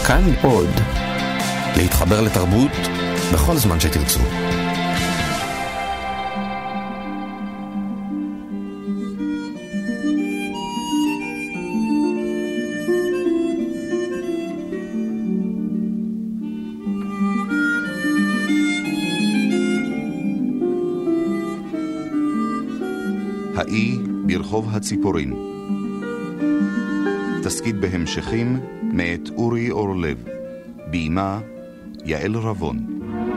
כאן עוד. להתחבר לתרבות בכל זמן שתרצו. האי ברחוב הציפורים. תסקית בהמשכים מאת אורי אורלב. בימה יעל רבון.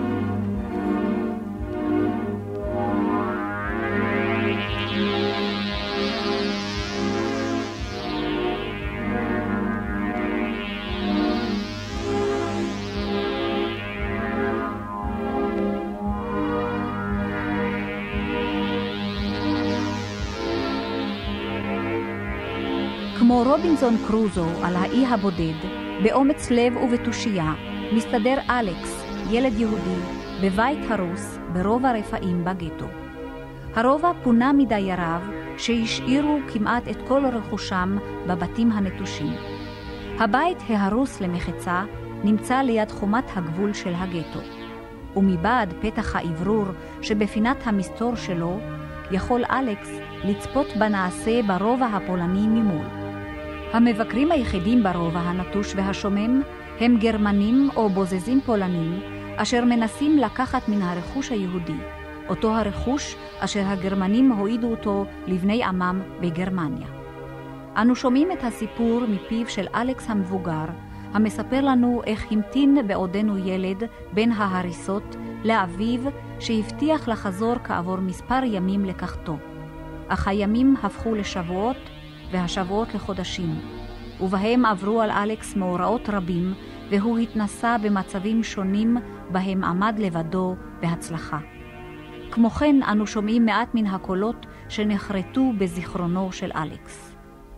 כמו רובינזון קרוזו על האי הבודד, באומץ לב ובתושייה, מסתדר אלכס, ילד יהודי, בבית הרוס ברוב הרפאים בגטו. הרובע פונה מדייריו שהשאירו כמעט את כל רכושם בבתים הנטושים. הבית ההרוס למחצה נמצא ליד חומת הגבול של הגטו, ומבעד פתח האוורור שבפינת המסתור שלו, יכול אלכס לצפות בנעשה ברובע הפולני ממול. המבקרים היחידים ברובע הנטוש והשומם הם גרמנים או בוזזים פולנים אשר מנסים לקחת מן הרכוש היהודי, אותו הרכוש אשר הגרמנים הועידו אותו לבני עמם בגרמניה. אנו שומעים את הסיפור מפיו של אלכס המבוגר, המספר לנו איך המתין בעודנו ילד בין ההריסות לאביו שהבטיח לחזור כעבור מספר ימים לקחתו. אך הימים הפכו לשבועות והשבועות לחודשים, ובהם עברו על אלכס מאורעות רבים, והוא התנסה במצבים שונים בהם עמד לבדו בהצלחה. כמו כן אנו שומעים מעט מן הקולות שנחרטו בזיכרונו של אלכס.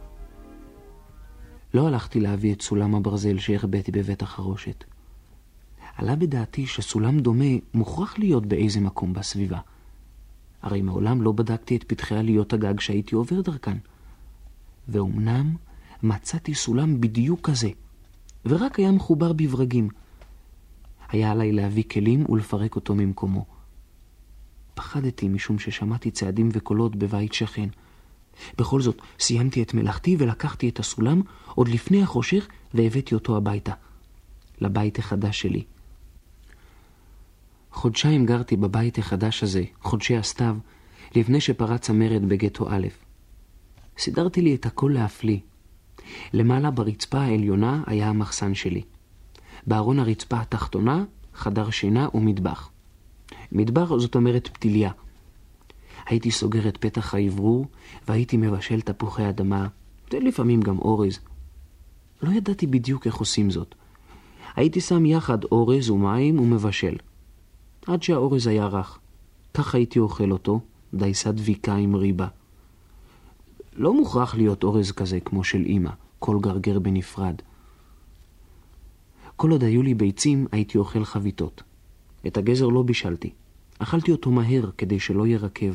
לא הלכתי להביא את סולם הברזל שהרבאתי בבית החרושת. עלה בדעתי שסולם דומה מוכרח להיות באיזה מקום בסביבה. הרי מעולם לא בדקתי את פתחי עליות הגג שהייתי עובר דרכן. ואומנם מצאתי סולם בדיוק כזה, ורק היה מחובר בברגים. היה עליי להביא כלים ולפרק אותו ממקומו. פחדתי משום ששמעתי צעדים וקולות בבית שכן. בכל זאת סיימתי את מלאכתי ולקחתי את הסולם עוד לפני החושך והבאתי אותו הביתה, לבית החדש שלי. חודשיים גרתי בבית החדש הזה, חודשי הסתיו, לפני שפרץ המרד בגטו א'. סידרתי לי את הכל להפליא. למעלה ברצפה העליונה היה המחסן שלי. בארון הרצפה התחתונה, חדר שינה ומטבח. מטבח זאת אומרת פתיליה. הייתי סוגר את פתח האוורור והייתי מבשל תפוחי אדמה, ולפעמים גם אורז. לא ידעתי בדיוק איך עושים זאת. הייתי שם יחד אורז ומים ומבשל. עד שהאורז היה רך. כך הייתי אוכל אותו, דייסה דביקה עם ריבה. לא מוכרח להיות אורז כזה כמו של אמא, כל גרגר בנפרד. כל עוד היו לי ביצים הייתי אוכל חביתות. את הגזר לא בישלתי. אכלתי אותו מהר כדי שלא ירקב.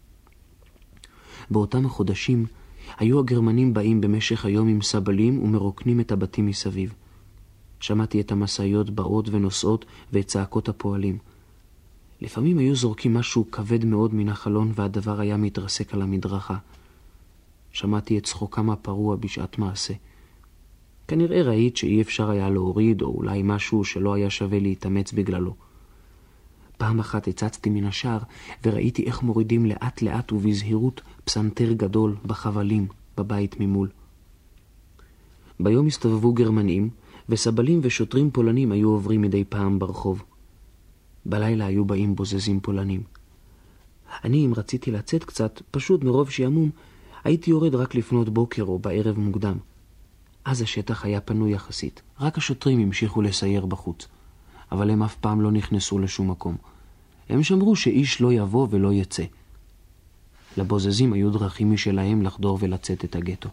באותם החודשים היו הגרמנים באים במשך היום עם סבלים ומרוקנים את הבתים מסביב. שמעתי את המסעיות באות ונוסעות ואת צעקות הפועלים. לפעמים היו זורקים משהו כבד מאוד מן החלון והדבר היה מתרסק על המדרכה. שמעתי את צחוקם הפרוע בשעת מעשה. כנראה ראית שאי אפשר היה להוריד, או אולי משהו שלא היה שווה להתאמץ בגללו. פעם אחת הצצתי מן השער וראיתי איך מורידים לאט לאט ובזהירות פסנתר גדול בחבלים בבית ממול. ביום הסתובבו גרמנים וסבלים ושוטרים פולנים היו עוברים מדי פעם ברחוב. בלילה היו באים בוזזים פולנים. אני, אם רציתי לצאת קצת, פשוט מרוב שעמום, הייתי יורד רק לפנות בוקר או בערב מוקדם. אז השטח היה פנוי יחסית. רק השוטרים המשיכו לסייר בחוץ. אבל הם אף פעם לא נכנסו לשום מקום. הם שמרו שאיש לא יבוא ולא יצא. לבוזזים היו דרכים משלהם לחדור ולצאת את הגטו.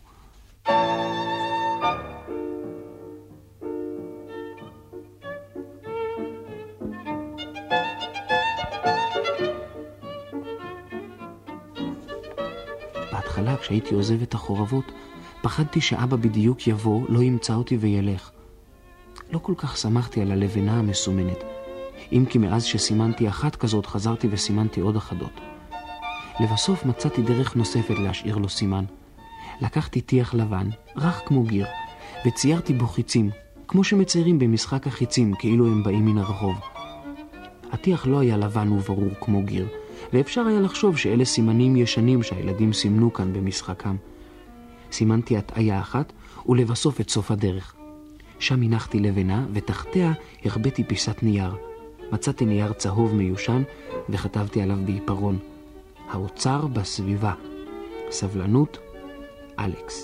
בהתחלה, כשהייתי עוזב את החורבות, פחדתי שאבא בדיוק יבוא, לא ימצא אותי וילך. לא כל כך שמחתי על הלבנה המסומנת. אם כי מאז שסימנתי אחת כזאת חזרתי וסימנתי עוד אחדות. לבסוף מצאתי דרך נוספת להשאיר לו סימן. לקחתי טיח לבן, רך כמו גיר, וציירתי בו חיצים, כמו שמציירים במשחק החיצים, כאילו הם באים מן הרחוב. הטיח לא היה לבן וברור כמו גיר, ואפשר היה לחשוב שאלה סימנים ישנים שהילדים סימנו כאן במשחקם. סימנתי הטעיה אחת, ולבסוף את סוף הדרך. שם הנחתי לבנה, ותחתיה הרבאתי פיסת נייר. מצאתי נייר צהוב מיושן, וכתבתי עליו בעיפרון. האוצר בסביבה. סבלנות, אלכס.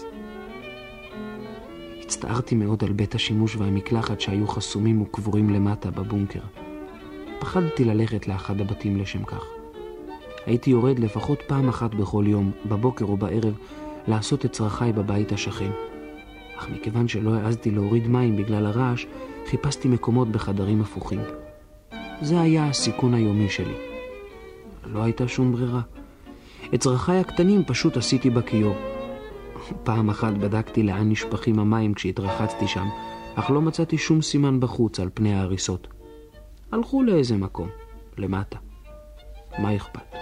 הצטערתי מאוד על בית השימוש והמקלחת שהיו חסומים וקבורים למטה בבונקר. פחדתי ללכת לאחד הבתים לשם כך. הייתי יורד לפחות פעם אחת בכל יום, בבוקר או בערב, לעשות את צרכיי בבית השכן. אך מכיוון שלא העזתי להוריד מים בגלל הרעש, חיפשתי מקומות בחדרים הפוכים. זה היה הסיכון היומי שלי. לא הייתה שום ברירה. את צרכיי הקטנים פשוט עשיתי בכיור. פעם אחת בדקתי לאן נשפכים המים כשהתרחצתי שם, אך לא מצאתי שום סימן בחוץ על פני ההריסות. הלכו לאיזה מקום, למטה. מה אכפת?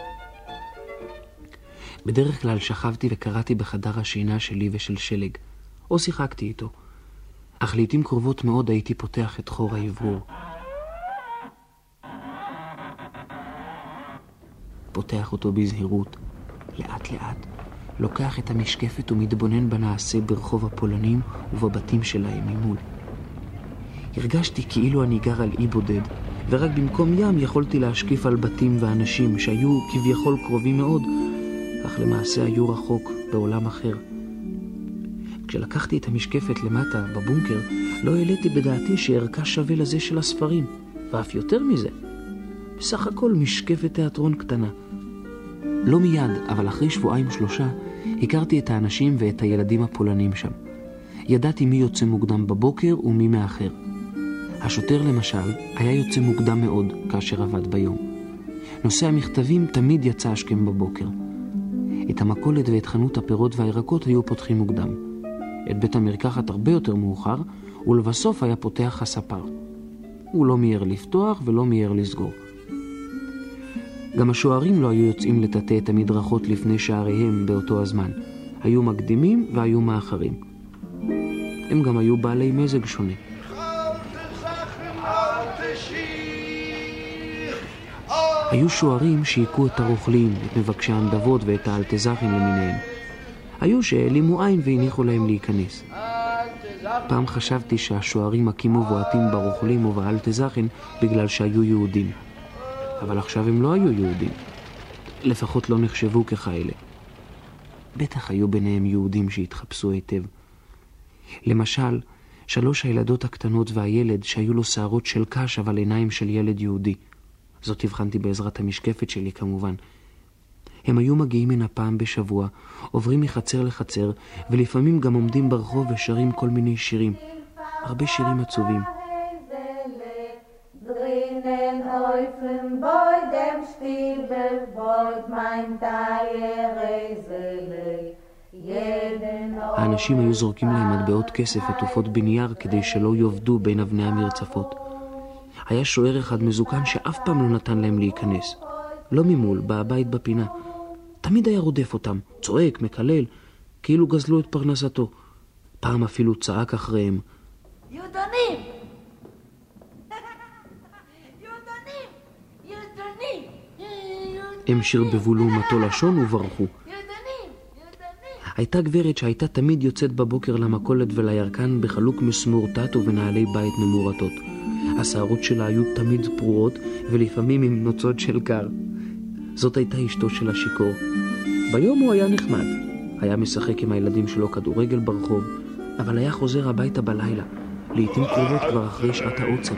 בדרך כלל שכבתי וקראתי בחדר השינה שלי ושל שלג, או שיחקתי איתו. אך לעתים קרובות מאוד הייתי פותח את חור העברור. פותח אותו בזהירות, לאט לאט, לוקח את המשקפת ומתבונן בנעשה ברחוב הפולנים ובבתים שלהם ממול. הרגשתי כאילו אני גר על אי בודד, ורק במקום ים יכולתי להשקיף על בתים ואנשים שהיו כביכול קרובים מאוד, אך למעשה היו רחוק בעולם אחר. כשלקחתי את המשקפת למטה בבונקר, לא העליתי בדעתי שערכה שווה לזה של הספרים, ואף יותר מזה. בסך הכל משקפת תיאטרון קטנה. לא מיד, אבל אחרי 2-3, הכרתי את האנשים ואת הילדים הפולנים שם. ידעתי מי יוצא מוקדם בבוקר ומי מאחר. השוטר למשל היה יוצא מוקדם מאוד כאשר עבד ביום. נושא המכתבים תמיד יצא השכם בבוקר. את המכולת ואת חנות הפירות והירקות היו פותחים מוקדם. את בית המרקחת הרבה יותר מאוחר, ולבסוף היה פותח הספר. הוא לא מיהר לפתוח ולא מיהר לסגור. גם השוערים לא היו יוצאים לטאטא את המדרכות לפני שעריהם באותו הזמן. היו מקדימים והיו מאחרים. הם גם היו בעלי מזג שונה. היו שוערים שהיקו את הרוכלים, את מבקשי הנדבות ואת האלטזכים למיניהם. היו שהעלימו עין והניחו להם להיכנס. פעם חשבתי שהשוערים הקימו בועטים ברוכלים ובאלטזכים בגלל שהיו יהודים. אבל עכשיו הם לא היו יהודים. לפחות לא נחשבו ככאלה. בטח היו ביניהם יהודים שהתחפשו היטב. למשל, 3 הילדות הקטנות והילד שהיו לו שערות של קש אבל עיניים של ילד יהודי. זאת הבחנתי בעזרת המשקפת שלי כמובן. הם היו מגיעים מן הפעם בשבוע, עוברים מחצר לחצר, ולפעמים גם עומדים ברחוב ושרים כל מיני שירים. הרבה שירים עצובים. האנשים היו זורקים להם מטבעות כסף עטופות בנייר כדי שלא יובדו בין אבני המרצפות. היה שוער אחד מזוקן שאף פעם לא נתן להם להיכנס. לא ממול, בבית בפינה. תמיד היה רודף אותם, צועק, מקלל, כאילו גזלו את פרנסתו. פעם אפילו צעק אחריהם. יהודונים! יהודונים! יהודונים! הם שרבבו לעומתו לשון וברחו. הייתה גברת שהייתה תמיד יוצאת בבוקר למכולת ולירקן בחלוק מסמורטט ובנעלי בית ממורטות. השערות שלה היו תמיד פרועות ולפעמים עם נוצות של קר. זאת הייתה אשתו של השיקור. ביום הוא היה נחמד. היה משחק עם הילדים שלו כדורגל ברחוב, אבל היה חוזר הביתה בלילה, לעתים קרובות כבר אחרי שעת העוצר.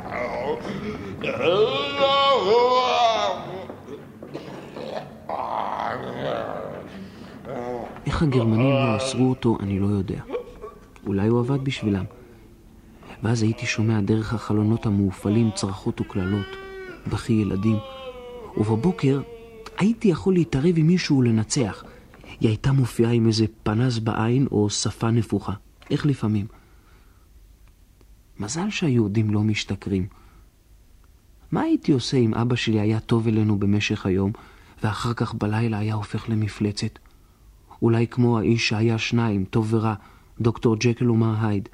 איך הגרמנים לא אסרו אותו, אני לא יודע. אולי הוא עבד בשבילם. ואז הייתי שומע דרך החלונות המאופלים צרחות וקללות, בכי ילדים. ובבוקר הייתי יכול להתערב עם מישהו ולנצח. היא הייתה מופיעה עם איזה פנס בעין או שפה נפוחה. איך לפעמים. מזל שהיהודים לא משתכרים. מה הייתי עושה אם אבא שלי היה טוב אלינו במשך היום, ואחר כך בלילה היה הופך למפלצת? אולי כמו האיש שהיה שניים, טוב ורע, דוקטור ג'קל ומר הייד.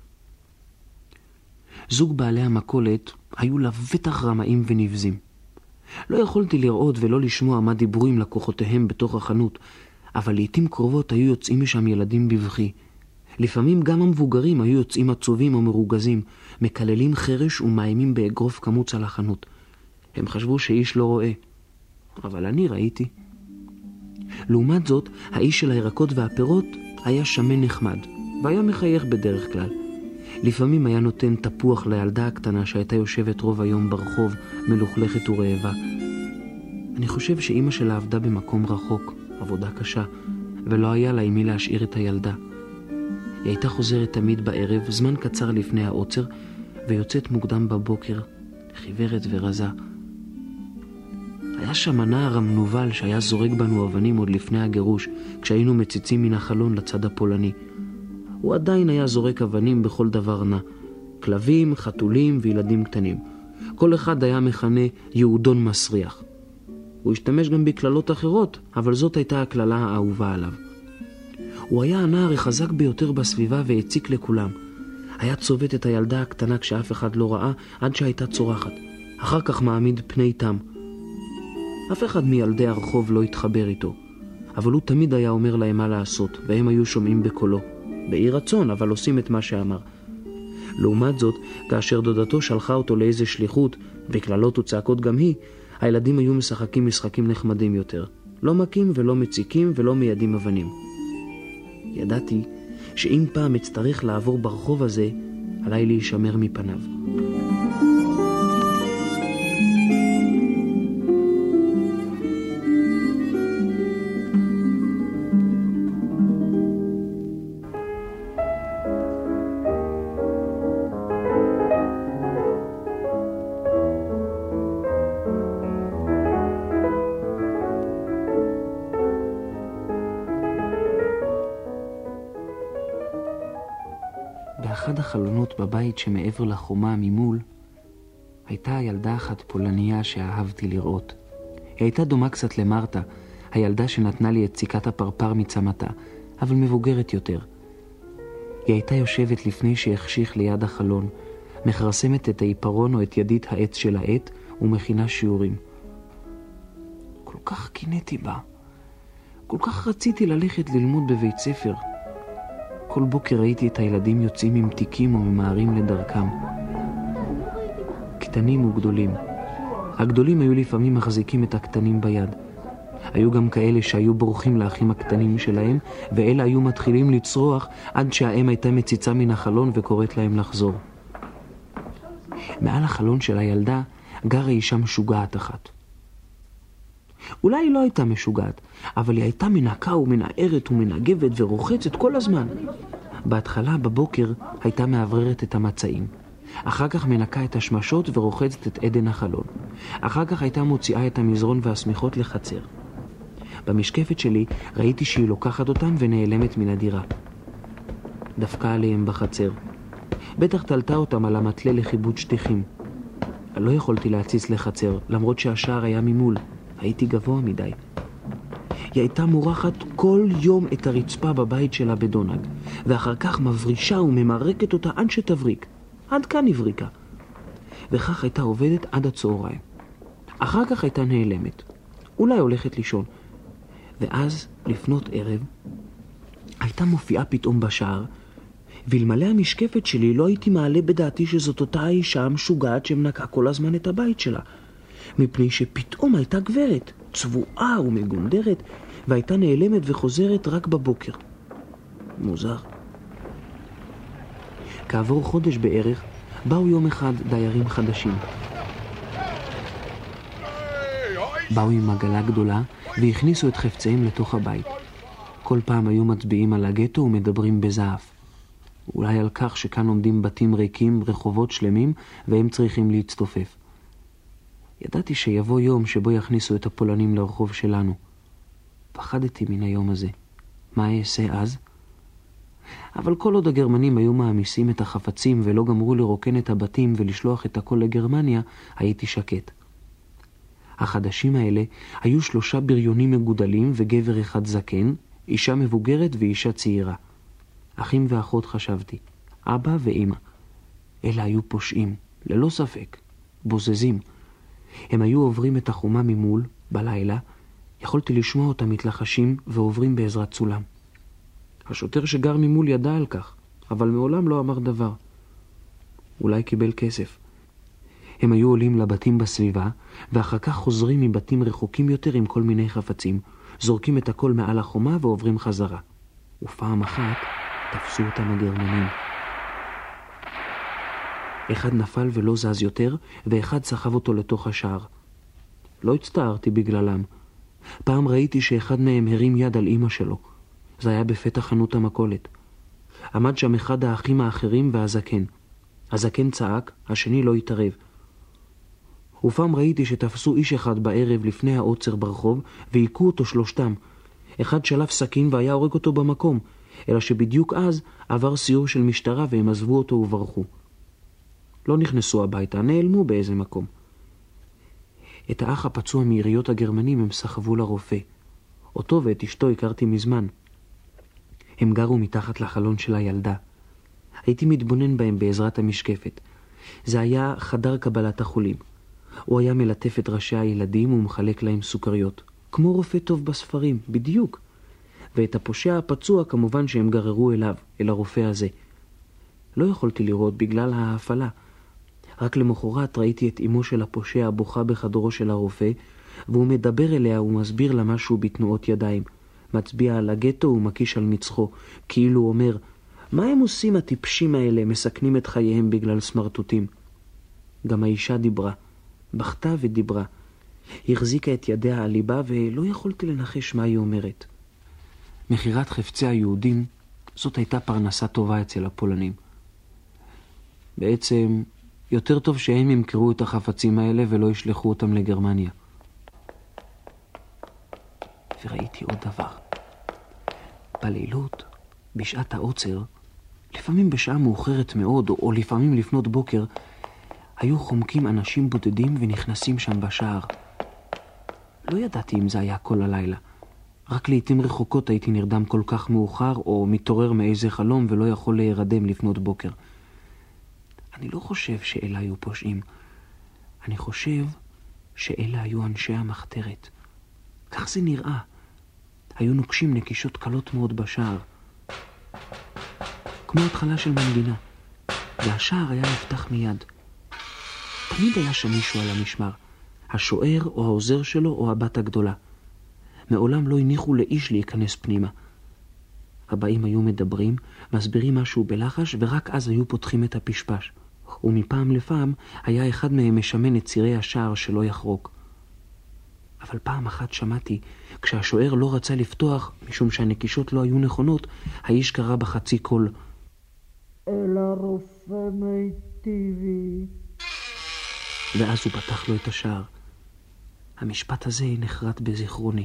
זוג בעלי המכולת היו לבטח רמאים ונבזים. לא יכולתי לראות ולא לשמוע מה דיברו עם לקוחותיהם בתוך החנות, אבל לעתים קרובות היו יוצאים משם ילדים בבכי. לפעמים גם המבוגרים היו יוצאים עצובים או מרוגזים, מקללים חרש ומאיימים באגרוף קמוץ על החנות. הם חשבו שאיש לא רואה, אבל אני ראיתי. לעומת זאת, האיש של הירקות והפירות היה שמן נחמד, והיה מחייך בדרך כלל. לפעמים היה נותן תפוח לילדה הקטנה שהייתה יושבת רוב היום ברחוב, מלוכלכת ורעבה. אני חושב שאמא שלה עבדה במקום רחוק, עבודה קשה, ולא היה לה עם מי להשאיר את הילדה. היא הייתה חוזרת תמיד בערב, זמן קצר לפני העוצר, ויוצאת מוקדם בבוקר, חיוורת ורזה. היה שם הנער המנוול שהיה זורק בנו אבנים עוד לפני הגירוש, כשהיינו מציצים מן החלון לצד הפולני. הוא עדיין היה זורק אבנים בכל דבר נע. כלבים, חתולים וילדים קטנים. כל אחד היה מכנה יהודון מסריח. הוא השתמש גם בכללות אחרות, אבל זאת הייתה הכללה האהובה עליו. הוא היה הנער החזק ביותר בסביבה והציק לכולם. היה צובט את הילדה הקטנה כשאף אחד לא ראה, עד שהייתה צורחת. אחר כך מעמיד פני תם. אף אחד מילדי הרחוב לא התחבר איתו, אבל הוא תמיד היה אומר להם מה לעשות, והם היו שומעים בקולו. באי רצון, אבל עושים את מה שאמר. לעומת זאת, כאשר דודתו שלחה אותו לאיזה שליחות, וכללות וצעקות גם היא, הילדים היו משחקים משחקים נחמדים יותר. לא מכים ולא מציקים ולא מיידים אבנים. ידעתי שאם פעם אצטרך לעבור ברחוב הזה, עליי להישמר מפניו. באחד החלונות בבית שמעבר לחומה ממול, הייתה ילדה אחת פולניה שאהבתי לראות. היא הייתה דומה קצת למרתה, הילדה שנתנה לי את סיכת הפרפר מצמתה, אבל מבוגרת יותר. היא הייתה יושבת לפני שהחשיך ליד החלון, מחרסמת את העיפרון או את ידית העץ של העט ומכינה שיעורים. כל כך קינאתי בה. כל כך רציתי ללכת ללמוד בבית ספר. כל בוקר ראיתי את הילדים יוצאים עם תיקים וממהרים לדרכם. קטנים וגדולים. הגדולים היו לפעמים מחזיקים את הקטנים ביד. היו גם כאלה שהיו בורחים לאחים הקטנים שלהם, ואלה היו מתחילים לצרוח עד שהאם הייתה מציצה מן החלון וקוראת להם לחזור. מעל החלון של הילדה גרה אישה משוגעת אחת. אולי היא לא הייתה משוגעת, אבל היא הייתה מנקה ומנערת ומנגבת ורוחצת כל הזמן. בהתחלה בבוקר הייתה מעבררת את המצעים. אחר כך מנקה את השמשות ורוחצת את עדן החלון. אחר כך הייתה מוציאה את המזרון והסמיכות לחצר. במשקפת שלי ראיתי שהיא לוקחת אותם ונעלמת מן הדירה. דפקה עליהם בחצר. בטח תלתה אותם על המטלה לחיבוד שטיחים. לא יכולתי להציץ לחצר, למרות שהשער היה ממול. הייתי גבוה מדי. היא הייתה מורחת כל יום את הרצפה בבית שלה בדונג, ואחר כך מברישה וממרקת אותה עד שתבריק. עד כאן הבריקה. וכך הייתה עובדת עד הצהריים. אחר כך הייתה נעלמת. אולי הולכת לישון. ואז, לפנות ערב, הייתה מופיעה פתאום בשער, ואלמלא המשקפת שלי לא הייתי מעלה בדעתי שזאת אותה האישה המשוגעת שמנקה כל הזמן את הבית שלה. מפני שפתאום הייתה גברת, צבועה ומגונדרת, והייתה נעלמת וחוזרת רק בבוקר. מוזר. כעבור חודש בערך, באו יום אחד דיירים חדשים. באו עם עגלה גדולה והכניסו את חפציהם לתוך הבית. כל פעם היו מצביעים על הגטו ומדברים בזעף. אולי על כך שכאן עומדים בתים ריקים, רחובות שלמים, והם צריכים להצטופף. ידעתי שיבוא יום שבו יכניסו את הפולנים לרחוב שלנו. פחדתי מן היום הזה. מה אעשה אז? אבל כל עוד הגרמנים היו מעמיסים את החפצים ולא גמרו לרוקן את הבתים ולשלוח את הכל לגרמניה, הייתי שקט. החדשים האלה היו 3 בריונים מגודלים וגבר אחד זקן, אישה מבוגרת ואישה צעירה. אחים ואחות חשבתי, אבא ואמא. אלה היו פושעים, ללא ספק, בוזזים. הם היו עוברים את החומה ממול, בלילה, יכולתי לשמוע אותם מתלחשים ועוברים בעזרת סולם. השוטר שגר ממול ידע על כך, אבל מעולם לא אמר דבר. אולי קיבל כסף. הם היו עולים לבתים בסביבה, ואחר כך חוזרים מבתים רחוקים יותר עם כל מיני חפצים, זורקים את הכל מעל החומה ועוברים חזרה. ופעם אחת תפסו אותם הגרמנים. אחד נפל ולא זז יותר, ואחד סחב אותו לתוך השער. לא הצטערתי בגללם. פעם ראיתי שאחד מהם הרים יד על אמא שלו. זה היה בפתח חנות המכולת. עמד שם אחד האחים האחרים והזקן. הזקן צעק, השני לא התערב. ופעם ראיתי שתפסו איש אחד בערב לפני העוצר ברחוב, והיקו אותו 3. אחד שלף סכין והיה הורג אותו במקום, אלא שבדיוק אז עבר סיור של משטרה והם עזבו אותו וברחו. לא נכנסו הביתה, נעלמו באיזה מקום. את האח הפצוע מיריות הגרמנים הם סחבו לרופא. אותו ואת אשתו הכרתי מזמן. הם גרו מתחת לחלון של הילדה. הייתי מתבונן בהם בעזרת המשקפת. זה היה חדר קבלת החולים. הוא היה מלטף את ראשי הילדים ומחלק להם סוכריות. כמו רופא טוב בספרים, בדיוק. ואת הפושע הפצוע כמובן שהם גררו אליו, אל הרופא הזה. לא יכולתי לראות בגלל ההפעלה. רק למחרת ראיתי את אמו של הפושע בוכה בחדרו של הרופא, והוא מדבר אליה ומסביר לה משהו בתנועות ידיים. מצביע על הגטו ומקיש על מצחו, כאילו אומר, מה הם עושים הטיפשים האלה, מסכנים את חייהם בגלל סמרטוטים? גם האישה דיברה, בכתה ודיברה. היא החזיקה את ידיה על ליבה ולא יכולתי לנחש מה היא אומרת. מחירת חפצי היהודים, זאת הייתה פרנסה טובה אצל הפולנים. בעצם, יותר טוב שהם ימכרו את החפצים האלה ולא ישלחו אותם לגרמניה. וראיתי עוד דבר. בלילות, בשעת העוצר, לפעמים בשעה מאוחרת מאוד, או לפעמים לפנות בוקר, היו חומקים אנשים בודדים ונכנסים שם בשער. לא ידעתי אם זה היה כל הלילה. רק לעתים רחוקות הייתי נרדם כל כך מאוחר, או מתעורר מאיזה חלום ולא יכול להירדם לפנות בוקר. אני לא חושב שאלה היו פושעים. אני חושב שאלה היו אנשי המחתרת. כך זה נראה. היו נוקשים נקישות קלות מאוד בשער. כמו התחלה של מנגינה. והשער היה נפתח מיד. תמיד היה שם מישהו על המשמר. השוער או העוזר שלו או הבת הגדולה. מעולם לא הניחו לאיש להיכנס פנימה. הבאים היו מדברים, מסבירים משהו בלחש, ורק אז היו פותחים את הפשפש. ומפעם לפעם היה אחד מהם משמן את צירי השער שלא יחרוק. אבל פעם אחת שמעתי, כשהשוער לא רצה לפתוח, משום שהנקישות לא היו נכונות, האיש קרא בחצי קול, אל הרופא מיטיבי. ואז הוא פתח לו את השער. המשפט הזה נחרט בזיכרוני.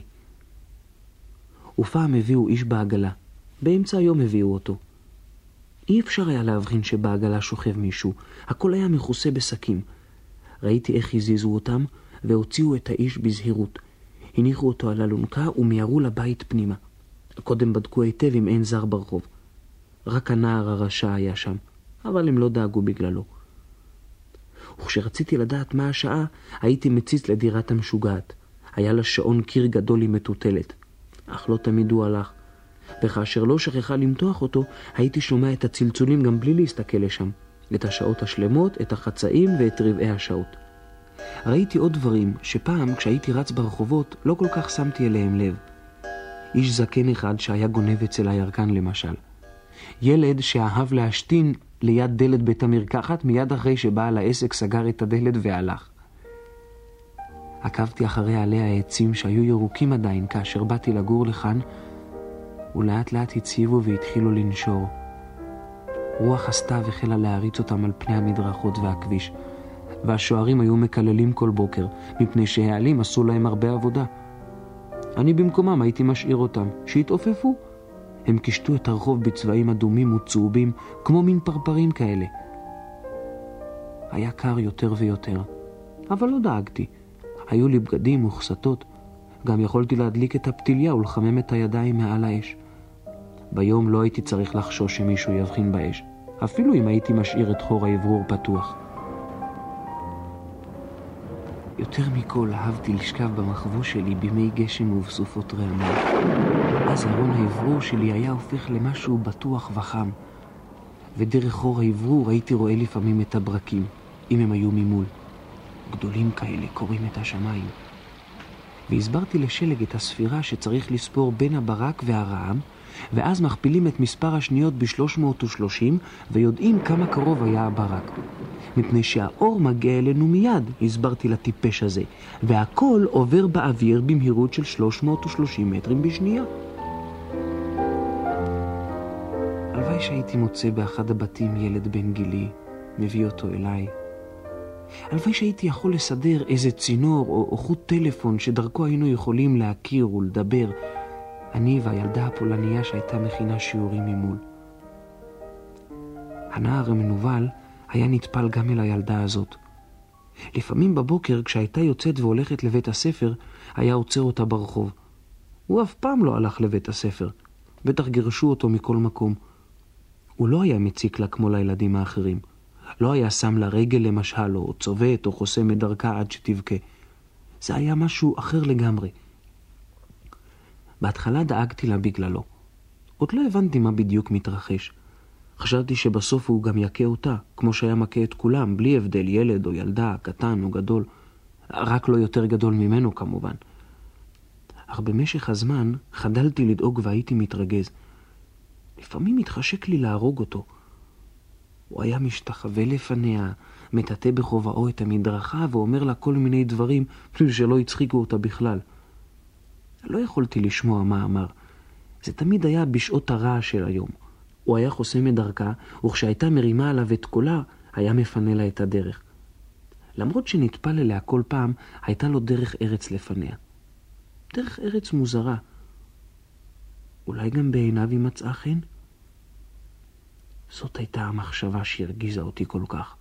ופעם הביאו איש בעגלה. באמצע היום הביאו אותו. אי אפשר היה להבחין שבעגלה שוכב מישהו. הכל היה מכוסה בסכים. ראיתי איך הזיזו אותם והוציאו את האיש בזהירות. הניחו אותו על אלונקה ומיירו לבית פנימה. קודם בדקו היטב אם אין זר ברחוב. רק הנער הרשע היה שם, אבל הם לא דאגו בגללו. וכשרציתי לדעת מה השעה, הייתי מציץ לדירת המשוגעת. היה לה שעון קיר גדול עם מטוטלת. אך לא תמיד הוא הלך. וכאשר לא שכחה למתוח אותו, הייתי שומע את הצלצולים גם בלי להסתכל לשם. את השעות השלמות, את החצאים ואת רבעי השעות. ראיתי עוד דברים שפעם כשהייתי רץ ברחובות לא כל כך שמתי אליהם לב. איש זקן אחד שהיה גונב אצל הירקן למשל. ילד שאהב להשתין ליד דלת בית המרקחת מיד אחרי שבעל העסק סגר את הדלת והלך. עקבתי אחרי עלי העצים שהיו ירוקים עדיין כאשר באתי לגור לכאן, ולאט לאט הציבו והתחילו לנשור. רוח הסתיו החלה להריץ אותם על פני המדרכות והכביש, והשוערים היו מקללים כל בוקר, מפני שהעלים עשו להם הרבה עבודה. אני במקומם הייתי משאיר אותם, שהתעופפו. הם קישטו את הרחוב בצבעים אדומים וצהובים, כמו מין פרפרים כאלה. היה קר יותר ויותר, אבל לא דאגתי. היו לי בגדים וכסתות. גם יכולתי להדליק את הפתיליה ולחמם את הידיים מעל האש. ביום לא הייתי צריך לחשוש שמישהו יבחין באש, אפילו אם הייתי משאיר את חור האוורור פתוח. יותר מכל אהבתי לשכב במחבוא שלי בימי גשם ובסופות רעמים. אז ארון האוורור שלי היה הופך למשהו בטוח וחם, ודרך חור האוורור הייתי רואה לפעמים את הברקים, אם הם היו ממול. גדולים כאלה קוראים את השמיים. והסברתי לשלג את הספירה שצריך לספור בין הברק והרעם, ואז מכפילים את מספר השניות ב-330 ויודעים כמה קרוב היה הברק. מפני שהאור מגיע אלינו מיד, הסברתי לטיפש הזה, והכל עובר באוויר במהירות של 330 מטרים בשנייה. הלוואי שהייתי מוצא באחד הבתים ילד בן גילי, מביא אותו אליי. הלוואי שהייתי יכול לסדר איזה צינור או חוט טלפון שדרכו היינו יכולים להכיר ולדבר, אני והילדה הפולניה שהייתה מכינה שיעורים ממול. הנער המנובל היה נטפל גם אל הילדה הזאת. לפעמים בבוקר כשהייתה יוצאת והולכת לבית הספר, היה עוצר אותה ברחוב. הוא אף פעם לא הלך לבית הספר, בטח גירשו אותו מכל מקום. הוא לא היה מציק לה כמו לילדים האחרים. לא היה שם לה רגל למשל, או צובט, או חוסם את דרכה עד שתבכה. זה היה משהו אחר לגמרי. בהתחלה דאגתי לה בגללו. עוד לא הבנתי מה בדיוק מתרחש. חשבתי שבסוף הוא גם יקה אותה, כמו שהיה מכה את כולם, בלי הבדל ילד או ילדה, קטן או גדול. רק לא יותר גדול ממנו כמובן. אך במשך הזמן חדלתי לדאוג והייתי מתרגז. לפעמים התחשק לי להרוג אותו. הוא היה משתחווה לפניה, מטאטא בכובעו את המדרכה ואומר לה כל מיני דברים שלא הצחיקו אותה בכלל. לא יכולתי לשמוע מה אמר. זה תמיד היה בשעות הרעש של היום. הוא היה חוסם את דרכה, וכשהייתה מרימה עליו את קולה, היה מפנה לה את הדרך. למרות שנטפל אליה כל פעם, הייתה לו דרך ארץ לפניה. דרך ארץ מוזרה. אולי גם בעיניו היא מצאה חן? זאת הייתה המחשבה שהרגיזה אותי כל כך.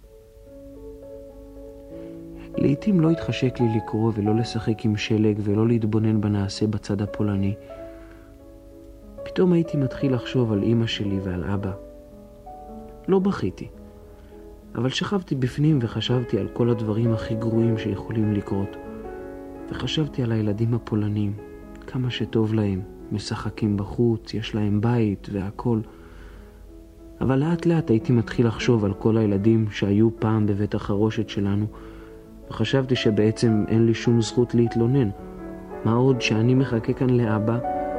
לעתים לא התחשק לי לקרוא ולא לשחק עם שלג ולא להתבונן בנעשה בצד הפולני. פתאום הייתי מתחיל לחשוב על אמא שלי ועל אבא. לא בכיתי, אבל שכבתי בפנים וחשבתי על כל הדברים הכי גרועים שיכולים לקרות. וחשבתי על הילדים הפולנים, כמה שטוב להם, משחקים בחוץ, יש להם בית והכל. אבל לאט לאט הייתי מתחיל לחשוב על כל הילדים שהיו פעם בבית החרושת שלנו, וחשבתי שבעצם אין לי שום זכות להתלונן. מה עוד שאני מחכה כאן לאבא,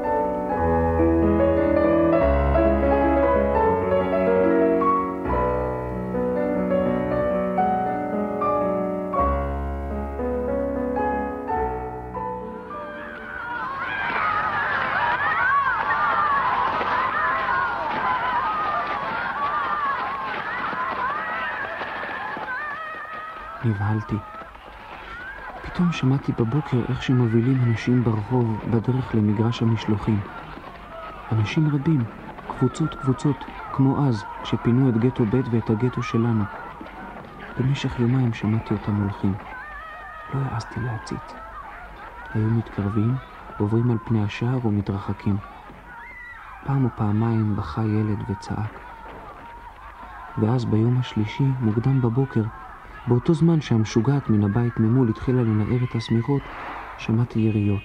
נבהלתי. פתאום שמעתי בבוקר איך שמובילים אנשים ברחוב בדרך למגרש המשלוחים. אנשים רבים, קבוצות, כמו אז, כשפינו את גטו ב' ואת הגטו שלנו. במשך יומיים שמעתי אותם הולכים. לא העזתי להציץ. היו מתקרבים, עוברים על פני השער ומתרחקים. פעם או פעמיים בכה ילד וצעק. ואז ביום השלישי, מוקדם בבוקר, באותו זמן שהמשוגעת מן הבית ממול התחילה לנער את הסמיכות, שמעתי יריות.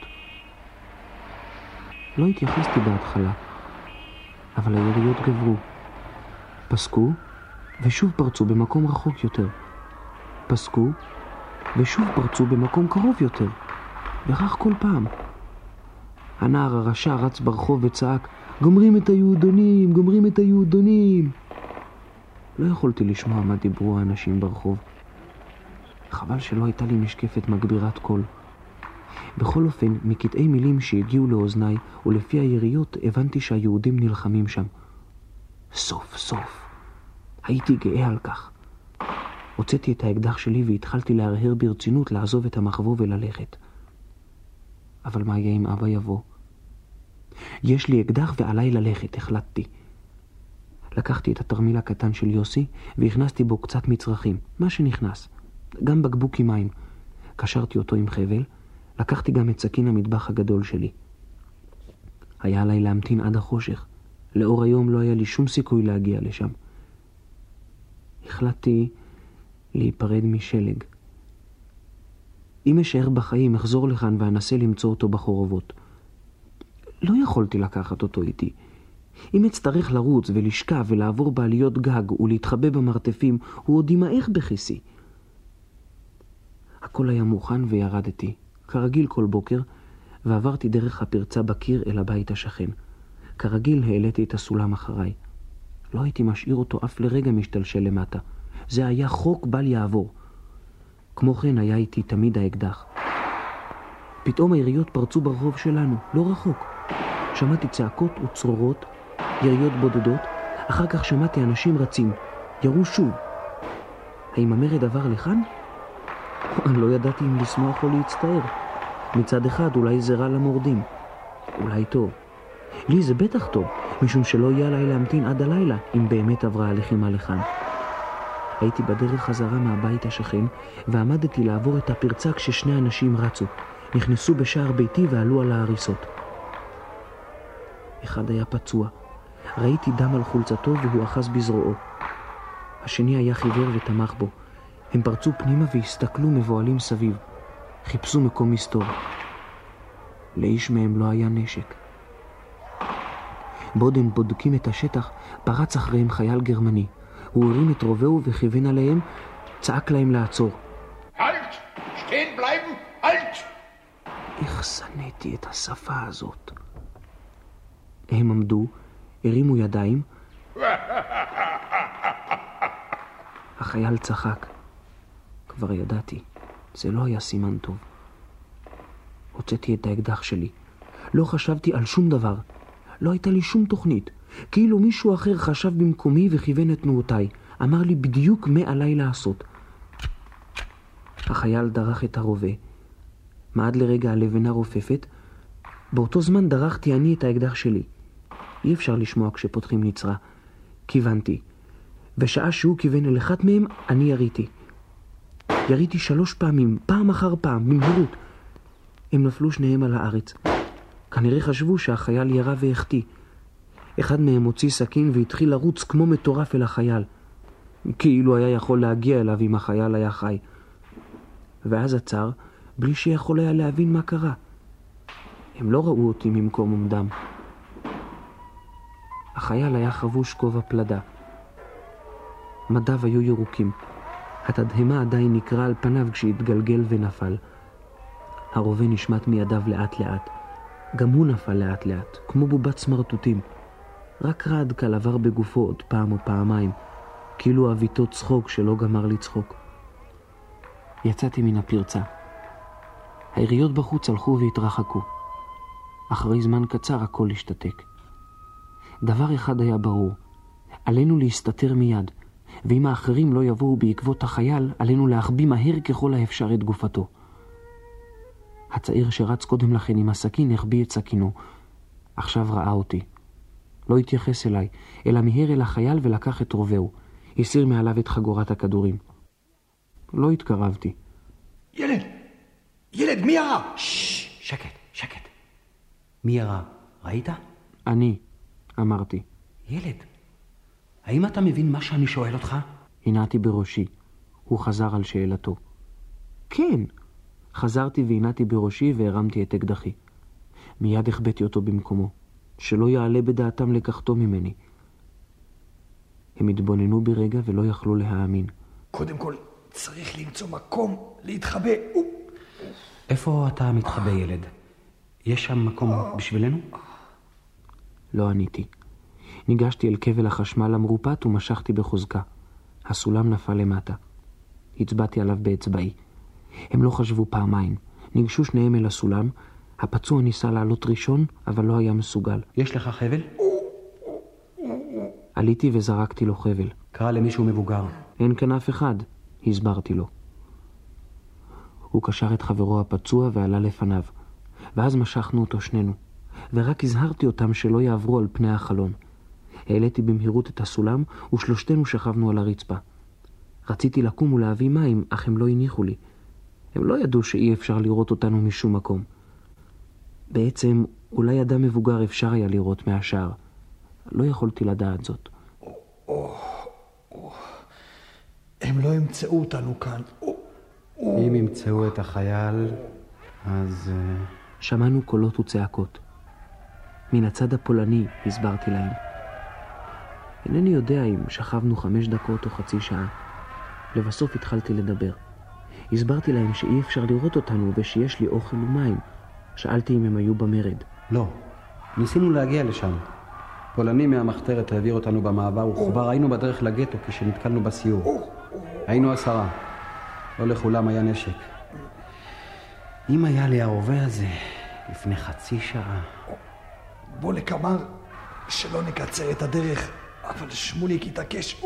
לא התייחסתי בהתחלה, אבל היריות גברו. פסקו, ושוב פרצו במקום רחוק יותר. פסקו, ושוב פרצו במקום קרוב יותר. וכך כל פעם. הנער הרשע רץ ברחוב וצעק, גומרים את היהודונים, גומרים את היהודונים. לא יכולתי לשמוע מה דיברו האנשים ברחוב. חבל שלא הייתה לי משקפת מגבירת קול. בכל אופן, מקטעי מילים שהגיעו לאוזניי, ולפי היריות הבנתי שהיהודים נלחמים שם. סוף סוף. הייתי גאה על כך. הוצאתי את האקדח שלי והתחלתי להרהר ברצינות לעזוב את המחבוא וללכת. אבל מה יהיה אם אבא יבוא? יש לי אקדח ועליי ללכת, החלטתי. לקחתי את התרמיל הקטן של יוסי והכנסתי בו קצת מצרכים, מה שנכנס. גם בקבוק עם מים. קשרתי אותו עם חבל, לקחתי גם את סכין המטבח הגדול שלי. היה עליי להמתין עד החושך. לאור היום לא היה לי שום סיכוי להגיע לשם. החלטתי להיפרד משלג. אם אשאר בחיים, אחזור לכאן ואנסה למצוא אותו בחורבות. לא יכולתי לקחת אותו איתי. אם אצטרך לרוץ ולשכב ולעבור בעליות גג ולהתחבא במרתפים, הוא עוד ימעך בכיסי. הכל היה מוכן וירדתי, כרגיל כל בוקר, ועברתי דרך הפרצה בקיר אל הבית השכן. כרגיל העליתי את הסולם אחריי. לא הייתי משאיר אותו אף לרגע משתלשל למטה. זה היה חוק בל יעבור. כמו כן היה איתי תמיד האקדח. פתאום היריות פרצו ברחוב שלנו, לא רחוק. שמעתי צעקות וצרורות, יריות בודדות, אחר כך שמעתי אנשים רצים, ירו שוב. האם המרד עבר לכאן? אני לא ידעתי אם לשמוח או להצטער. מצד אחד אולי זה רע למורדים, אולי טוב. לי זה בטח טוב, משום שלא יהיה עליי להמתין עד הלילה, אם באמת עברה הלחימה לכאן. הייתי בדרך חזרה מהבית השכן, ועמדתי לעבור את הפרצה כששני אנשים רצו, נכנסו בשער ביתי ועלו על ההריסות. אחד היה פצוע. ראיתי דם על חולצתו והוא אחז בזרועו. השני היה חיוור ותמך בו. הם פרצו פנימה והסתכלו מבועלים סביב. חיפשו מקום מסתור. לאיש מהם לא היה נשק. בעוד הם בודקים את השטח, פרץ אחריהם חייל גרמני. הוא הרים את רובהו וכיוון עליהם, צעק להם לעצור. Halt! Stehen bleiben! Halt! איך שנאתי את השפה הזאת. הם עמדו, הרימו ידיים. החייל צחק. כבר ידעתי, זה לא היה סימן טוב. הוצאתי את האקדח שלי. לא חשבתי על שום דבר. לא הייתה לי שום תוכנית. כאילו מישהו אחר חשב במקומי וכיוון את תנועותיי. אמר לי בדיוק מה עליי לעשות. החייל דרך את הרובה. מעד לרגע הלבנה רופפת. באותו זמן דרכתי אני את האקדח שלי. אי אפשר לשמוע כשפותחים נצרה. כיוונתי. ושעה שהוא כיוון אל אחד מהם, אני יריתי. יריתי 3 פעמים, פעם אחר פעם, במהירות. הם נפלו שניהם על הארץ. כנראה חשבו שהחייל ירה והחטיא. אחד מהם הוציא סכין והתחיל לרוץ כמו מטורף אל החייל. כאילו היה יכול להגיע אליו אם החייל היה חי. ואז עצר, בלי שיכול היה להבין מה קרה. הם לא ראו אותי ממקום עומדם. החייל היה חבוש כובע פלדה. מדיו היו ירוקים. התדהמה עדיין נקרא על פניו כשהתגלגל ונפל. הרובה נשמט מידיו לאט לאט. גם הוא נפל לאט לאט, כמו בובת סמרטוטים. רק רעד קל עבר בגופו עוד פעם או פעמיים, כאילו אביתו צחוק שלא גמר לצחוק. יצאתי מן הפרצה. היריות בחוץ הלכו והתרחקו. אחרי זמן קצר הכל השתתק. דבר אחד היה ברור, עלינו להסתתר מיד, ואם האחרים לא יבואו בעקבות החייל, עלינו להחביא מהר ככל האפשר את גופתו. הצעיר שרץ קודם לכן עם הסכין החביא את סכינו. עכשיו ראה אותי. לא התייחס אליי, אלא מיהר אל החייל ולקח את רובהו. הסיר מעליו את חגורת הכדורים. לא התקרבתי. ילד, מי ירה? שקט. מי ירה? ראית? אני, אמרתי. ילד, האם אתה מבין מה שאני שואל אותך? הנעתי בראשי. הוא חזר על שאלתו. כן. חזרתי והנעתי בראשי והרמתי את אקדחי. מיד החבאתי אותו במקומו, שלא יעלה בדעתם לקחתו ממני. הם התבוננו ברגע ולא יכלו להאמין. קודם כל, צריך למצוא מקום להתחבא. איפה אתה מתחבא, ילד? יש שם מקום בשבילנו? לא עניתי. ניגשתי אל כבל החשמל המרופט ומשכתי בחוזקה. הסולם נפל למטה. הצבעתי עליו באצבעי. הם לא חשבו פעמיים. ניגשו שניהם אל הסולם. הפצוע ניסה לעלות ראשון, אבל לא היה מסוגל. יש לך חבל? עליתי וזרקתי לו חבל. קרא למישהו מבוגר. אין כאן אף אחד, הסברתי לו. הוא קשר את חברו הפצוע ועלה לפניו. ואז משכנו אותו שנינו. ורק הזהרתי אותם שלא יעברו על פני החלון. העליתי במהירות את הסולם, ושלושתנו שכבנו על הרצפה. רציתי לקום ולהביא מים, אך הם לא הניחו לי. הם לא ידעו שאי אפשר לראות אותנו משום מקום. בעצם, אולי אדם מבוגר אפשר היה לראות מהשער. לא יכולתי לדעת זאת. הם לא ימצאו אותנו כאן. אם ימצאו את החייל, אז... שמענו קולות וצעקות. מן הצד הפולני, הסברתי להם. אינני יודע אם שכבנו 5 דקות או חצי שעה. לבסוף התחלתי לדבר. הסברתי להם שאי אפשר לראות אותנו ושיש לי אוכל ומים. שאלתי אם הם היו במרד. לא, ניסינו להגיע לשם. פולני מהמחתרת העביר אותנו במעבר, וכבר היינו בדרך לגטו כשנתקלנו בסיור. היינו 10. לא לכולם היה נשק. אם היה לי הרובה הזה לפני חצי שעה... בולק אמר שלא נקצר את הדרך, אבל שמוליק התעקש.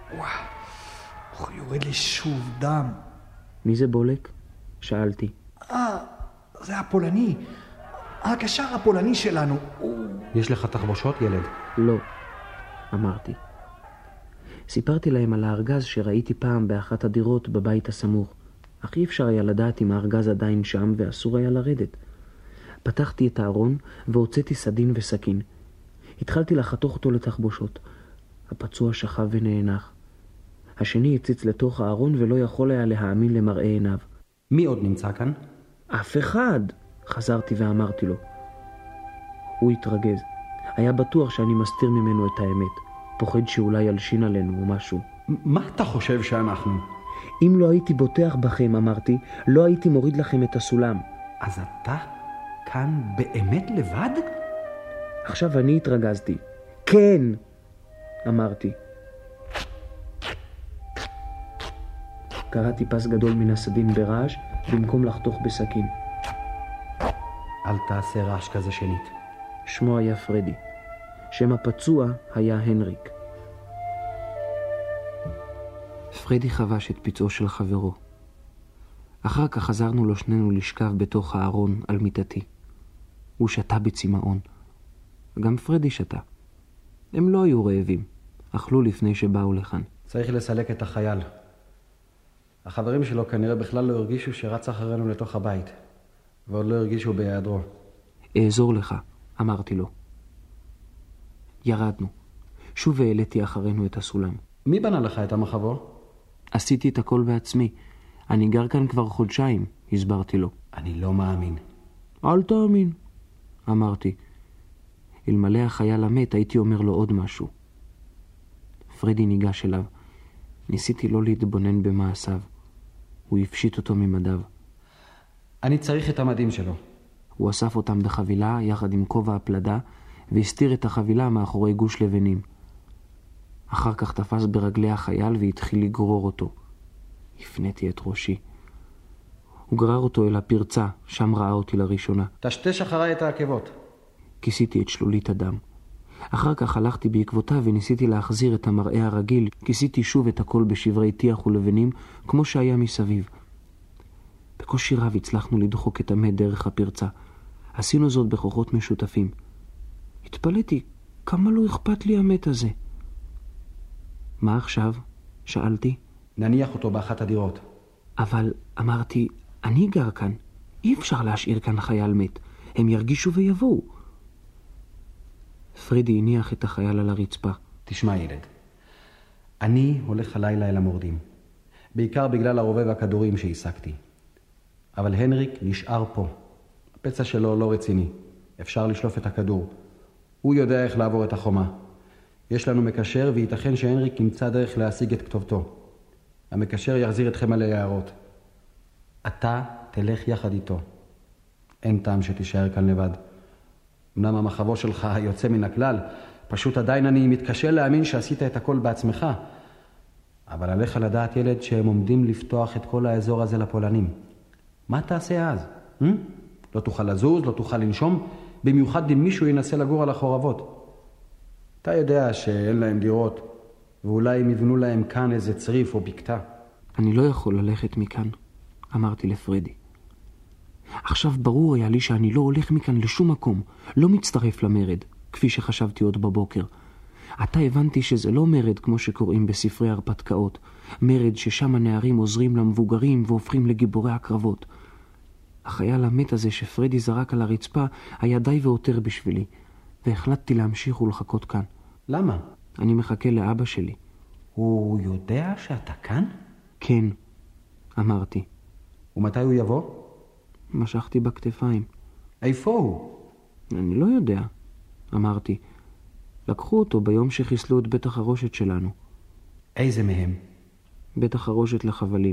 יורד לי שוב דם. מי זה בולק? שאלתי. זה הפולני. הקשר הפולני שלנו. יש לך תחבושות, ילד? לא, אמרתי. סיפרתי להם על הארגז שראיתי פעם באחת הדירות בבית הסמוך, אך אי אפשר היה לדעת אם הארגז עדיין שם ואסור היה לרדת. פתחתי את הארון והוצאתי סדין וסכין. התחלתי לחתוך אותו לתחבושות. הפצוע שכב ונאנח. השני הציץ לתוך הארון ולא יכול היה להאמין למראה עיניו. מי עוד נמצא כאן? אף אחד, חזרתי ואמרתי לו. הוא התרגז. היה בטוח שאני מסתיר ממנו את האמת. פוחד שאולי ילשין עלינו או משהו. מה אתה חושב שאנחנו? אם לא הייתי בוטח בכם, אמרתי, לא הייתי מוריד לכם את הסולם. אז אתה כאן באמת לבד? עכשיו אני התרגזתי. כן, אמרתי. קראתי פס גדול מן הסדין ברעש, במקום לחתוך בסכין. אל תעשה רעש כזה שנית. שמו היה פרדי. שם הפצוע היה הנריק. פרדי חבש את פצעו של חברו. אחר כך חזרנו לו שנינו לשכב בתוך הארון על מיטתי. הוא שתה בצמאון. גם פרדי שתה. הם לא היו רעבים. אכלו לפני שבאו לכאן. צריך לסלק את החייל. החברים שלו כנראה בכלל לא הרגישו שרץ אחרינו לתוך הבית. ועוד לא הרגישו בהיעדרו. אעזור לך, אמרתי לו. ירדנו. שוב העליתי אחרינו את הסולם. מי בנה לך את המחבוא? עשיתי את הכל בעצמי. אני גר כאן כבר חודשיים, הסברתי לו. אני לא מאמין. אל תאמין, אמרתי. אלמלא החייל המת הייתי אומר לו עוד משהו. פרדי ניגש אליו. ניסיתי לא להתבונן במעשיו. הוא הפשיט אותו ממדיו. אני צריך את המדים שלו. הוא אסף אותם בחבילה יחד עם כובע הפלדה והסתיר את החבילה מאחורי גוש לבנים. אחר כך תפס ברגלי החייל והתחיל לגרור אותו. הפניתי את ראשי. הוא גרר אותו אל הפרצה, שם ראה אותי לראשונה. תשתש אחריי את העקבות. כיסיתי את שלולית הדם. אחר כך הלכתי בעקבותיו וניסיתי להחזיר את המראה הרגיל. כיסיתי שוב את הכל בשברי טיח ולבנים, כמו שהיה מסביב. בקושי רב הצלחנו לדחוק את המת דרך הפרצה. עשינו זאת בכוחות משותפים. התפלאתי, כמה לא אכפת לי המת הזה. מה עכשיו? שאלתי. נניח אותו באחת הדירות. אבל אמרתי, אני גר כאן. אי אפשר להשאיר כאן חייל מת. הם ירגישו ויבואו. פרדי הניח את החייל על הרצפה. תשמע ילד, אני הולך הלילה אל המורדים. בעיקר בגלל הרובה והכדורים שהעסקתי. אבל הנריק נשאר פה. הפצע שלו לא רציני. אפשר לשלוף את הכדור. הוא יודע איך לעבור את החומה. יש לנו מקשר וייתכן שהנריק ימצא דרך להשיג את כתובתו. המקשר יחזיר אתכם על היערות. אתה תלך יחד איתו. אין טעם שתישאר כאן לבד. אמנם המחבוא שלך יוצא מן הכלל, פשוט עדיין אני מתקשה להאמין שעשית את הכל בעצמך. אבל עליך לדעת ילד שהם עומדים לפתוח את כל האזור הזה לפולנים. מה תעשה אז? לא תוכל לזוז, לא תוכל לנשום, במיוחד אם מישהו ינסה לגור על החורבות. אתה יודע שאין להם דירות, ואולי הם יבנו להם כאן איזה צריף או בקתה. אני לא יכול ללכת מכאן, אמרתי לפרדי. עכשיו ברור היה לי שאני לא הולך מכאן לשום מקום, לא מצטרף למרד, כפי שחשבתי עוד בבוקר. עתה הבנתי שזה לא מרד כמו שקוראים בספרי הרפתקאות, מרד ששם הנערים עוזרים למבוגרים והופכים לגיבורי הקרבות. החייל המת הזה שפרדי זרק על הרצפה היה די ועותר בשבילי, והחלטתי להמשיך ולחכות כאן. למה? אני מחכה לאבא שלי. הוא יודע שאתה כאן? כן, אמרתי. ומתי הוא יבוא? משכתי בכתפיים. איפה הוא? אני לא יודע, אמרתי. לקחו אותו ביום שחיסלו את בית החרושת שלנו. איזה מהם? בית החרושת לחבלים.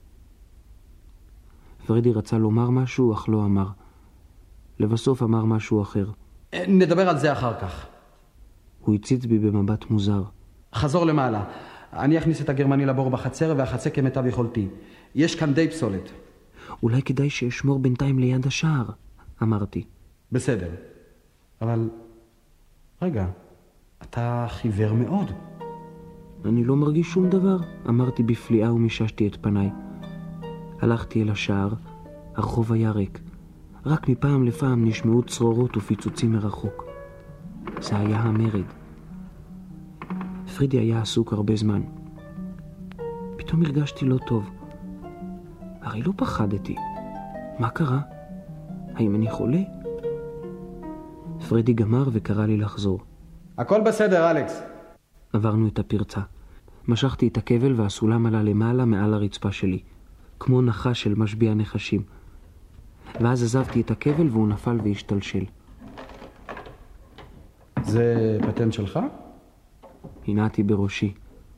פרדי רצה לומר משהו, אך לא אמר. לבסוף אמר משהו אחר. נדבר על זה אחר כך. הוא הציץ בי במבט מוזר. חזור למעלה. אני אכניס את הגרמני לבור בחצר ואחצה כמיטב יכולתי. יש כאן די פסולת. אולי כדאי שאשמור בינתיים ליד השער, אמרתי. בסדר. אבל... רגע, אתה חיוור מאוד. אני לא מרגיש שום דבר, אמרתי בפליאה ומיששתי את פניי. הלכתי אל השער, הרחוב היה ריק. רק מפעם לפעם נשמעו צרורות ופיצוצים מרחוק. זה היה המרד. פרידי היה עסוק הרבה זמן. פתאום הרגשתי לא טוב. הרי לא פחדתי. מה קרה? האם אני חולה? פרידי גמר וקרא לי לחזור. הכל בסדר, אלכס. עברנו את הפרצה. משכתי את הכבל והסולם עלה למעלה מעל הרצפה שלי, כמו נחש של משביע נחשים. ואז עזבתי את הכבל והוא נפל והשתלשל. זה פטנט שלך? הנעתי בראשי.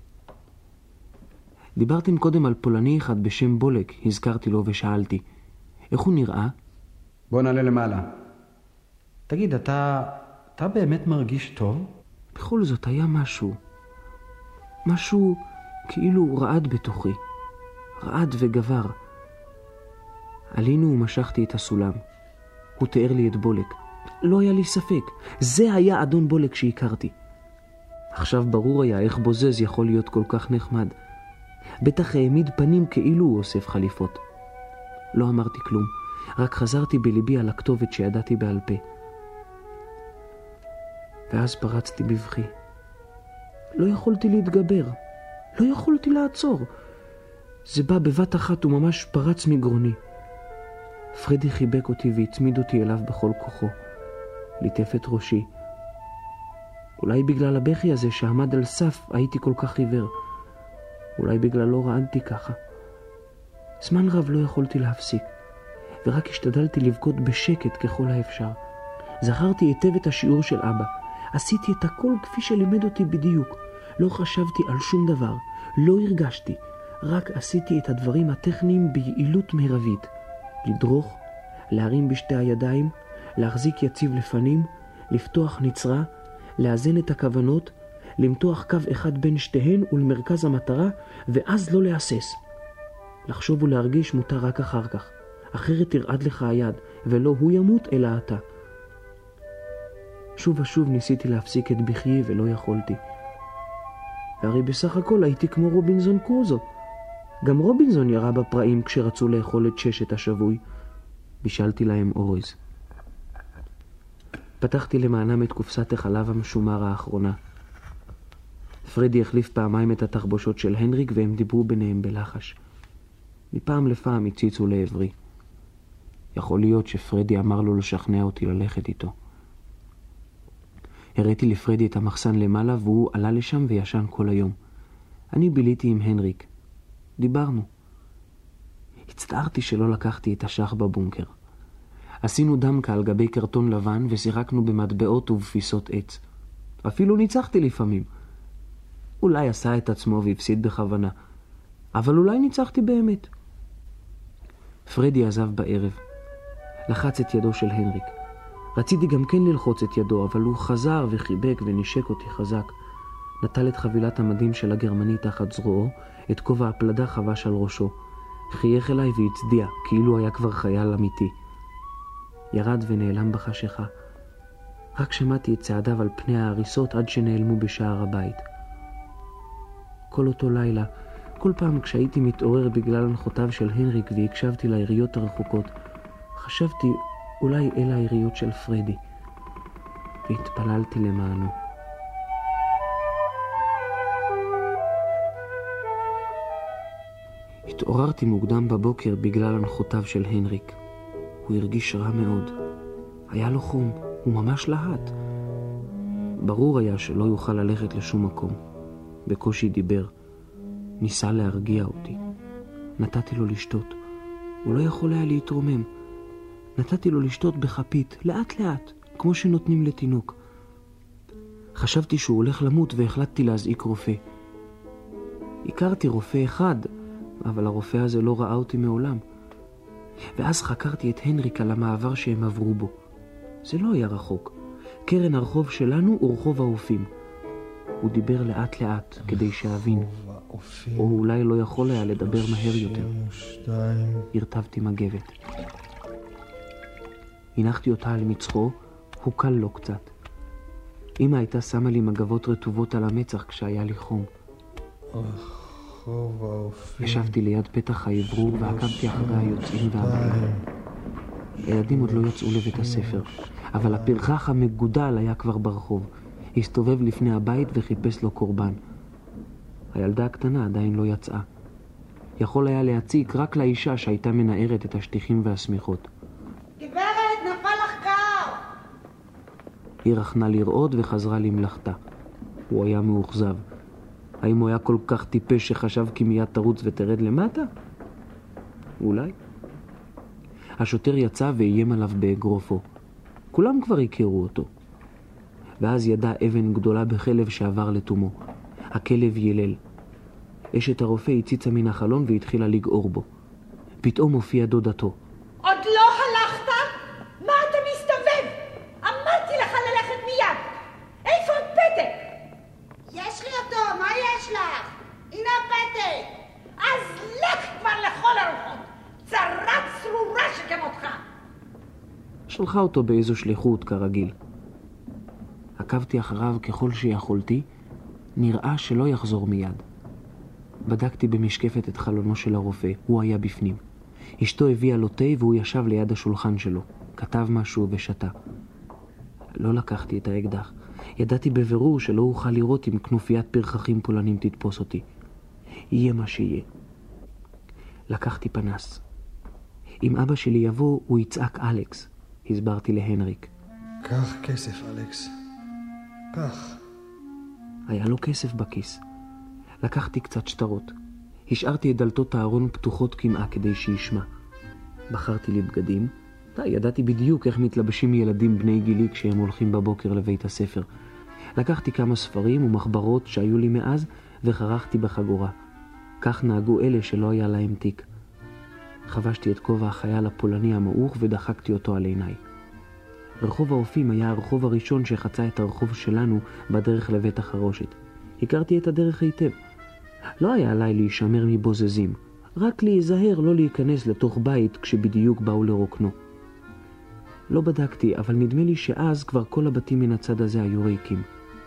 דיברתם קודם על פולני אחד בשם בולק, הזכרתי לו ושאלתי. איך הוא נראה? בוא נעלה למעלה. תגיד, אתה באמת מרגיש טוב? בכל זאת היה משהו כאילו רעד בתוכי. רעד וגבר. עלינו ומשכתי את הסולם. הוא תיאר לי את בולק. לא היה לי ספק. זה היה אדון בולק שהכרתי. עכשיו ברור היה איך בוזז יכול להיות כל כך נחמד. בטח העמיד פנים כאילו הוא אוסף חליפות. לא אמרתי כלום, רק חזרתי בליבי על הכתובת שידעתי בעל פה. ואז פרצתי בבכי. לא יכולתי להתגבר, לא יכולתי לעצור. זה בא בבת אחת וממש פרץ מגרוני. פרדי חיבק אותי והצמיד אותי אליו בכל כוחו. ליטף את ראשי. אולי בגלל הבכי הזה שעמד על סף הייתי כל כך עיוור. אולי בגלל לא רעדתי ככה. זמן רב לא יכולתי להפסיק, ורק השתדלתי לבכות בשקט ככל האפשר. זכרתי היטב את השיעור של אבא. עשיתי את הכל כפי שלימד אותי בדיוק. לא חשבתי על שום דבר, לא הרגשתי. רק עשיתי את הדברים הטכניים ביעילות מרבית. לדרוך, להרים בשתי הידיים, להחזיק יציב לפנים, לפתוח נצרה, לאזן את הכוונות, למתוח קו אחד בין שתיהן ולמרכז המטרה, ואז לא להסס. לחשוב ולהרגיש מותר רק אחר כך. אחרת תרעד לך היד, ולא הוא ימות אלא אתה. שוב ושוב ניסיתי להפסיק את בכיי ולא יכולתי. והרי בסך הכל הייתי כמו רובינזון קרוזו. גם רובינזון ירה בפראים כשרצו לאכול את ששת השבוי. בישלתי להם אורז. פתחתי למענם את קופסת החלב המשומר האחרונה. פרדי החליף פעמיים את התחבושות של הנריק והם דיברו ביניהם בלחש. מפעם לפעם הציצו לעברי. יכול להיות שפרדי אמר לו לשכנע אותי ללכת איתו. הראיתי לפרדי את המחסן למעלה והוא עלה לשם וישן כל היום. אני ביליתי עם הנריק. דיברנו. הצטערתי שלא לקחתי את השח בבונקר. עשינו דמקה על גבי קרטון לבן ושיחקנו במטבעות ובפיסות עץ. אפילו ניצחתי לפעמים. אולי עשה את עצמו והפסיד בכוונה. אבל אולי ניצחתי באמת. פרדי עזב בערב. לחץ את ידו של הנריק. רציתי גם כן ללחוץ את ידו, אבל הוא חזר וחיבק ונשק אותי חזק. נטל את חבילת המדים של הגרמני תחת זרועו, את כובע הפלדה חבש על ראשו. חייך אליי והצדיע, כאילו היה כבר חייל אמיתי. ירד ונעלם בחשיכה. רק שמעתי את צעדיו על פני ההריסות עד שנעלמו בשער הבית. כל אותו לילה, כל פעם כשהייתי מתעורר בגלל הנחותיו של הנריק והקשבתי ליריות הרחוקות, חשבתי, אולי אלה היריות של פרדי, והתפללתי למענו. התעוררתי מוקדם בבוקר בגלל הנחותיו של הנריק. הוא הרגיש רע מאוד. היה לו חום, הוא ממש להט. ברור היה שלא יוכל ללכת לשום מקום. בקושי דיבר. ניסה להרגיע אותי. נתתי לו לשתות. הוא לא יכול היה להתרומם. נתתי לו לשתות בחפית, לאט לאט, כמו שנותנים לתינוק. חשבתי שהוא הולך למות והחלטתי להזעיק רופא. הכרתי רופא אחד, אבל הרופא הזה לא ראה אותי מעולם. ואז חקרתי את הנריק על המעבר שהם עברו בו. זה לא היה רחוק. קרן הרחוב שלנו הוא רחוב האופים. הוא דיבר לאט לאט כדי שאבין. או אולי לא יכול היה לדבר מהר יותר. הרטבתי מגבת. הנחתי אותה על מצחו, הוא קל לו קצת. אמא הייתה שמה לי מגבות רטובות על המצח כשהיה לי חום. ישבתי ליד פתח האוורור ועקבתי אחרי היוצאים והבאים. הילדים עוד לא יצאו לבית הספר, אבל הפרחח המגודל היה כבר ברחוב. הסתובב לפני הבית וחיפש לו קורבן. הילדה הקטנה עדיין לא יצאה. יכול היה להציק רק לאישה שהייתה מנערת את השטיחים והסמיכות. גברת, נפל לך קר! היא רחנה לראות וחזרה למלאכתה. הוא היה מאוכזב. האם הוא היה כל כך טיפש שחשב כי מיד תרוץ ותרד למטה? אולי. השוטר יצא ואיים עליו באגרופו. כולם כבר הכירו אותו. ואז ידע אבן גדולה בחלב שעבר לתומו. הכלב יילל. אשת הרופא הציצה מן החלון והתחילה לגעור בו. פתאום הופיעה דודתו. עוד לא הלכת? מה אתה מסתובב? אמרתי לך ללכת מיד. איפה הפתק? יש לי אותו, מה יש לך? הנה הפתק. אז לך כבר לכל הרוחות. צרת צרורה שכמותך. שלחה אותו באיזו שליחות כרגיל. עקבתי אחריו ככל שיכולתי, נראה שלא יחזור מיד. בדקתי במשקפת את חלונו של הרופא, הוא היה בפנים. אשתו הביאה לו תה והוא ישב ליד השולחן שלו, כתב משהו ושתה. לא לקחתי את האקדח. ידעתי בבירור שלא אוכל לראות אם כנופיית פרחחים פולנים תתפוס אותי. יהיה מה שיהיה. לקחתי פנס. אם אבא שלי יבוא, הוא יצעק אלכס, הסברתי להנריק. קח כסף, אלכס. קח. היה לו כסף בכיס. לקחתי קצת שטרות. השארתי את דלתות הארון פתוחות כמעה כדי שישמע. בחרתי לי בגדים. ידעתי בדיוק איך מתלבשים ילדים בני גילי כשהם הולכים בבוקר לבית הספר. לקחתי כמה ספרים ומחברות שהיו לי מאז וחרחתי בחגורה. כך נהגו אלה שלא היה להם תיק. חבשתי את כובע החייל הפולני המעוך ודחקתי אותו על עיניי. רחוב האופים היה הרחוב הראשון שחצה את הרחוב שלנו בדרך לבית החרושת. הכרתי את הדרך היטב. לא היה עליי להישמר מבוזזים, רק להיזהר לא להיכנס לתוך בית כשבדיוק באו לרוקנו. לא בדקתי, אבל נדמה לי שאז כבר כל הבתים מן הצד הזה היו ריקים.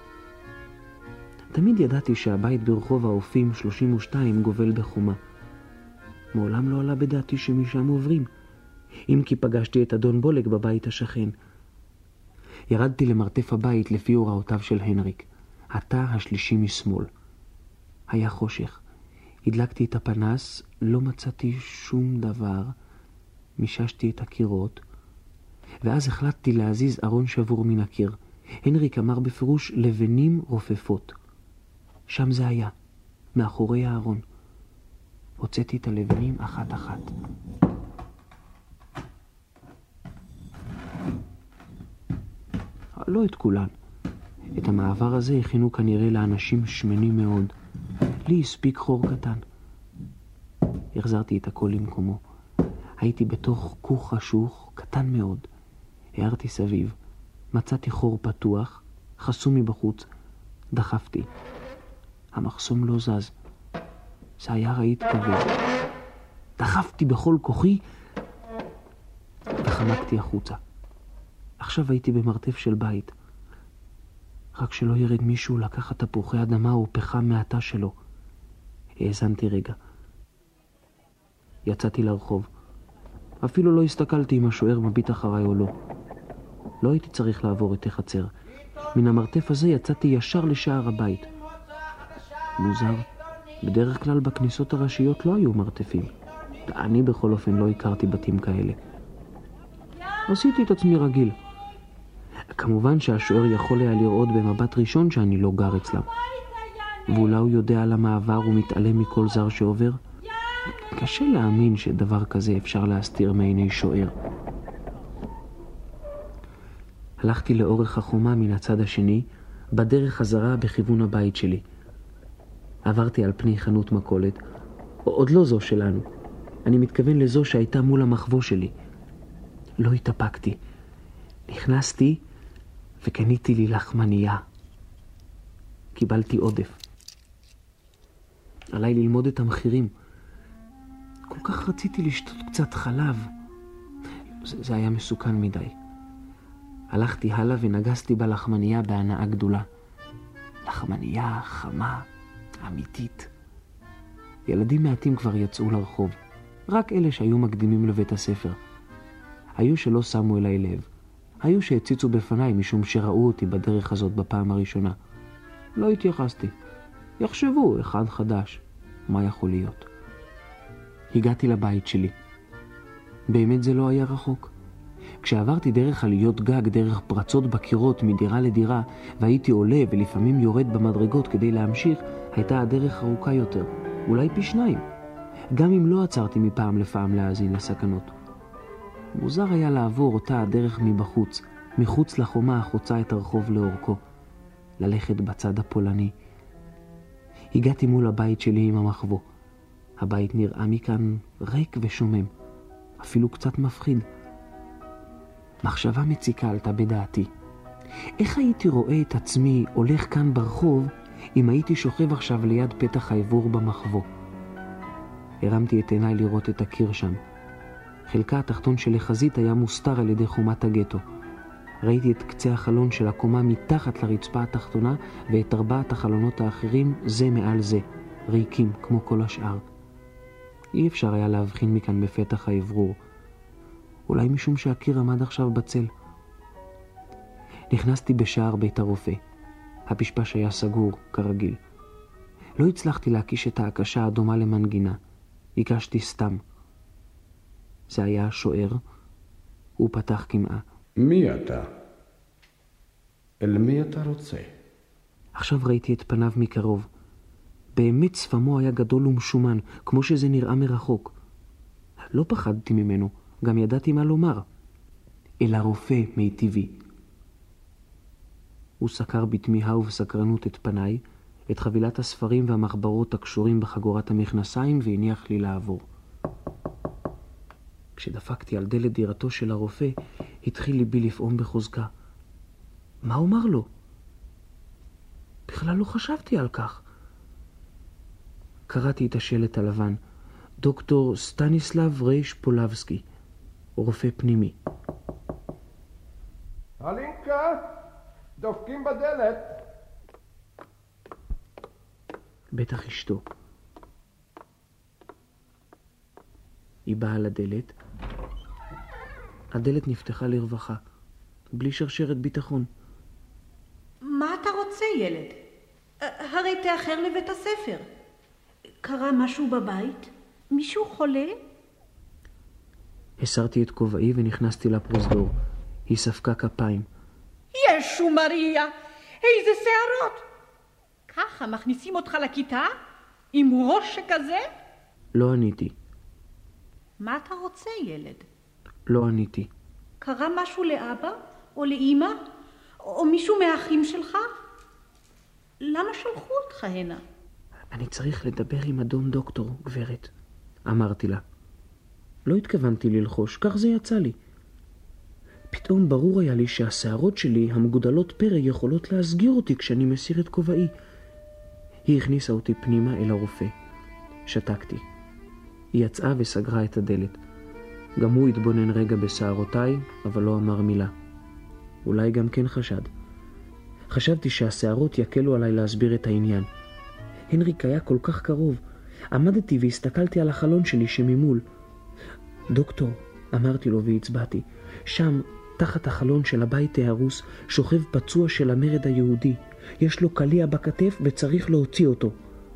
תמיד ידעתי שהבית ברחוב האופים 32 גובל בחומה. מעולם לא עלה בדעתי שמשם עוברים, אם כי פגשתי את אדון בולק בבית השכן. ירדתי למרתף הבית לפי הוראותיו של הנריק. התא השלישי משמאל. היה חושך. הדלקתי את הפנס, לא מצאתי שום דבר. מיששתי את הקירות, ואז החלטתי להזיז ארון שבור מן הקיר. הנריק אמר בפירוש לבנים רופפות. שם זה היה, מאחורי הארון. הוצאתי את הלבנים אחת אחת. לא את כולן. את המעבר הזה הכינו כנראה לאנשים שמנים מאוד. לי הספיק חור קטן. החזרתי את הכל למקומו. הייתי בתוך כוך חשוך קטן מאוד. הערתי סביב. מצאתי חור פתוח, חסום מבחוץ. דחפתי. המחסום לא זז. זה היה רהיט כבד. דחפתי בכל כוחי וחמקתי החוצה. עכשיו הייתי במרתף של בית. רק שלא ירד מישהו לקחת תפוחי אדמה או פחם מהתא שלו. האזנתי רגע. יצאתי לרחוב. אפילו לא הסתכלתי אם השוער מביט אחריי או לא. לא הייתי צריך לעבור את החצר. מן המרתף הזה יצאתי ישר לשער הבית. מוזר, בדרך כלל בכניסות הראשיות לא היו מרתפים. אני בכל אופן לא הכרתי בתים כאלה. עשיתי את עצמי רגיל. כמובן שהשוער יכול היה לראות במבט ראשון שאני לא גר אצלם. ואולי הוא יודע על המעבר ומתעלם מכל זר שעובר? קשה להאמין שדבר כזה אפשר להסתיר מעיני שוער. הלכתי לאורך החומה מן הצד השני, בדרך חזרה בכיוון הבית שלי. עברתי על פני חנות מכולת, עוד לא זו שלנו. אני מתכוון לזו שהייתה מול המחבוא שלי. לא התאפקתי. נכנסתי וקניתי לי לחמניה. קיבלתי עודף. עליי ללמוד את המחירים. כל כך רציתי לשתות קצת חלב. זה היה מסוכן מדי. הלכתי הלאה ונגסתי בלחמניה בהנאה גדולה. לחמניה חמה, אמיתית. ילדים מעטים כבר יצאו לרחוב. רק אלה שהיו מקדימים לבית הספר. היו שלא שמו אליי לב. היו שהציצו בפניי משום שראו אותי בדרך הזאת בפעם הראשונה. לא התייחסתי. יחשבו אחד חדש. מה יכול להיות? הגעתי לבית שלי. באמת זה לא היה רחוק. כשעברתי דרך עליות גג, דרך פרצות בקירות מדירה לדירה, והייתי עולה ולפעמים יורד במדרגות כדי להמשיך, הייתה הדרך ארוכה יותר, אולי פי 2. גם אם לא עצרתי מפעם לפעם להאזין לסכנות. מוזר היה לעבור אותה הדרך מבחוץ, מחוץ לחומה החוצה את הרחוב לאורכו, ללכת בצד הפולני. הגעתי מול הבית שלי עם המחבוא. הבית נראה מכאן ריק ושומם, אפילו קצת מפחיד. מחשבה מציקה עלתה בדעתי. איך הייתי רואה את עצמי הולך כאן ברחוב אם הייתי שוכב עכשיו ליד פתח העבור במחבוא? הרמתי את עיניי לראות את הקיר שם. חלקה התחתון של החזית היה מוסתר על ידי חומת הגטו. ראיתי את קצה החלון של הקומה מתחת לרצפה התחתונה ואת 4 החלונות האחרים זה מעל זה, ריקים כמו כל השאר. אי אפשר היה להבחין מכאן בפתח האוורור. אולי משום שהקיר עמד עכשיו בצל. נכנסתי בשער בית הרופא. הפשפש היה סגור, כרגיל. לא הצלחתי להקיש את ההקשה הדומה למנגינה. הקשתי סתם. זה היה השוער. הוא פתח כמעה. מי אתה? אל מי אתה רוצה? עכשיו ראיתי את פניו מקרוב. באמת שפמו היה גדול ומשומן, כמו שזה נראה מרחוק. לא פחדתי ממנו, גם ידעתי מה לומר. אל הרופא מיטיבי. הוא סקר בתמיהה ובסקרנות את פניי, את חבילת הספרים והמחברות הקשורים בחגורת המכנסיים, והניח לי לעבור. כשדפקתי על דלת דירתו של הרופא, התחיל ליבי לפעום בחוזקה. מה אומר לו? בכלל לא חשבתי על כך. קראתי את השלט הלבן. דוקטור סטניסלב רייש פולבסקי, רופא פנימי. הלינקה, דופקים בדלת. בטח אשתו. היא באה לדלת. הדלת נפתחה לרווחה, בלי שרשרת ביטחון. מה אתה רוצה, ילד? הרי תאחר לבית הספר. קרה משהו בבית? מישהו חולה? הסרתי את כובעי ונכנסתי לפרוזדור. היא ספקה כפיים. ישו מריה, איזה שערות! ככה מכניסים אותך לכיתה? עם ראש שכזה? לא עניתי. מה אתה רוצה, ילד? לא עניתי. קרה משהו לאבא? או לאמא? או מישהו מהאחים שלך? למה שלחו אותך הנה? אני צריך לדבר עם אדון דוקטור, גברת. אמרתי לה. לא התכוונתי ללחוש, כך זה יצא לי. פתאום ברור היה לי שהשערות שלי המגודלות פרא יכולות להסגיר אותי כשאני מסיר את כובעי. היא הכניסה אותי פנימה אל הרופא. שתקתי. היא יצאה וסגרה את הדלת. גם הוא התבונן רגע בשערותיי, אבל לא אמר מילה. אולי גם כן חשד. חשבתי שהשערות יקלו עליי להסביר את העניין. הנריק היה כל כך קרוב. עמדתי והסתכלתי על החלון שלי שממול. דוקטור, אמרתי לו והצבעתי. שם, תחת החלון של הבית ההרוס, שוכב פצוע של המרד היהודי. יש לו קליע בכתף וצריך להוציא אותו.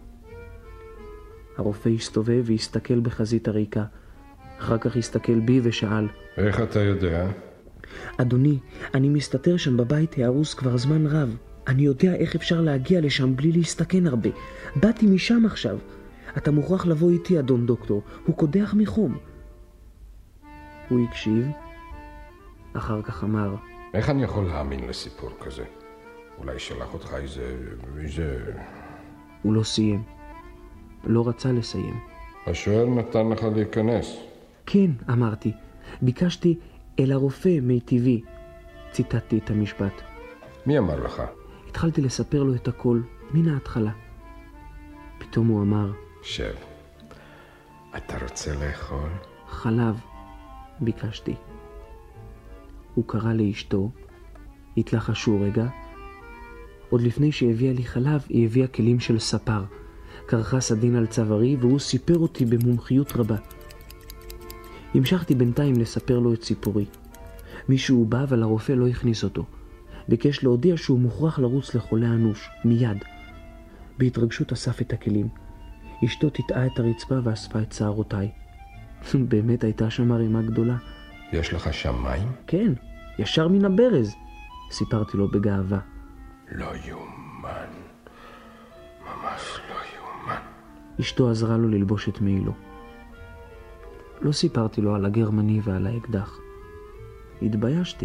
הרופא הסתובב והסתכל בחזית הריקה. אחר כך הסתכל בי ושאל. איך אתה יודע? אדוני, אני מסתתר שם בבית ההרוס כבר זמן רב. אני יודע איך אפשר להגיע לשם בלי להסתכן הרבה. באתי משם עכשיו. אתה מוכרח לבוא איתי, אדון דוקטור. הוא קודח מחום. הוא הקשיב. אחר כך אמר. איך אני יכול להאמין לסיפור כזה? אולי שלח אותך איזה... הוא לא סיים. לא רצה לסיים. השואל נתן לך להיכנס. כן, אמרתי. ביקשתי אל הרופא מיטיבי. ציטטתי את המשפט. מי אמר לך? התחלתי לספר לו את הכל, מן ההתחלה. פתאום הוא אמר. שב. אתה רוצה לאכול? חלב. ביקשתי. הוא קרא לאשתו. התלחשו רגע. עוד לפני שהביאה לי חלב, היא הביאה כלים של ספר. קרחה סדין על צווארי, והוא סיפר אותי במומחיות רבה. המשכתי בינתיים לספר לו את סיפורי. מישהו בא, אבל הרופא לא הכניס אותו. ביקש להודיע שהוא מוכרח לרוץ לחולה אנוש, מיד. בהתרגשות אסף את הכלים. אשתו תטעה את הרצפה ואספה את שערותיי. באמת הייתה שם ערימה גדולה. יש לך שם מים? כן, ישר מן הברז. סיפרתי לו בגאווה. לא יומן. ממש לא יומן. אשתו עזרה לו ללבוש את מעילו. לא סיפרתי לו על הגרמני ועל האקדח. התביישתי.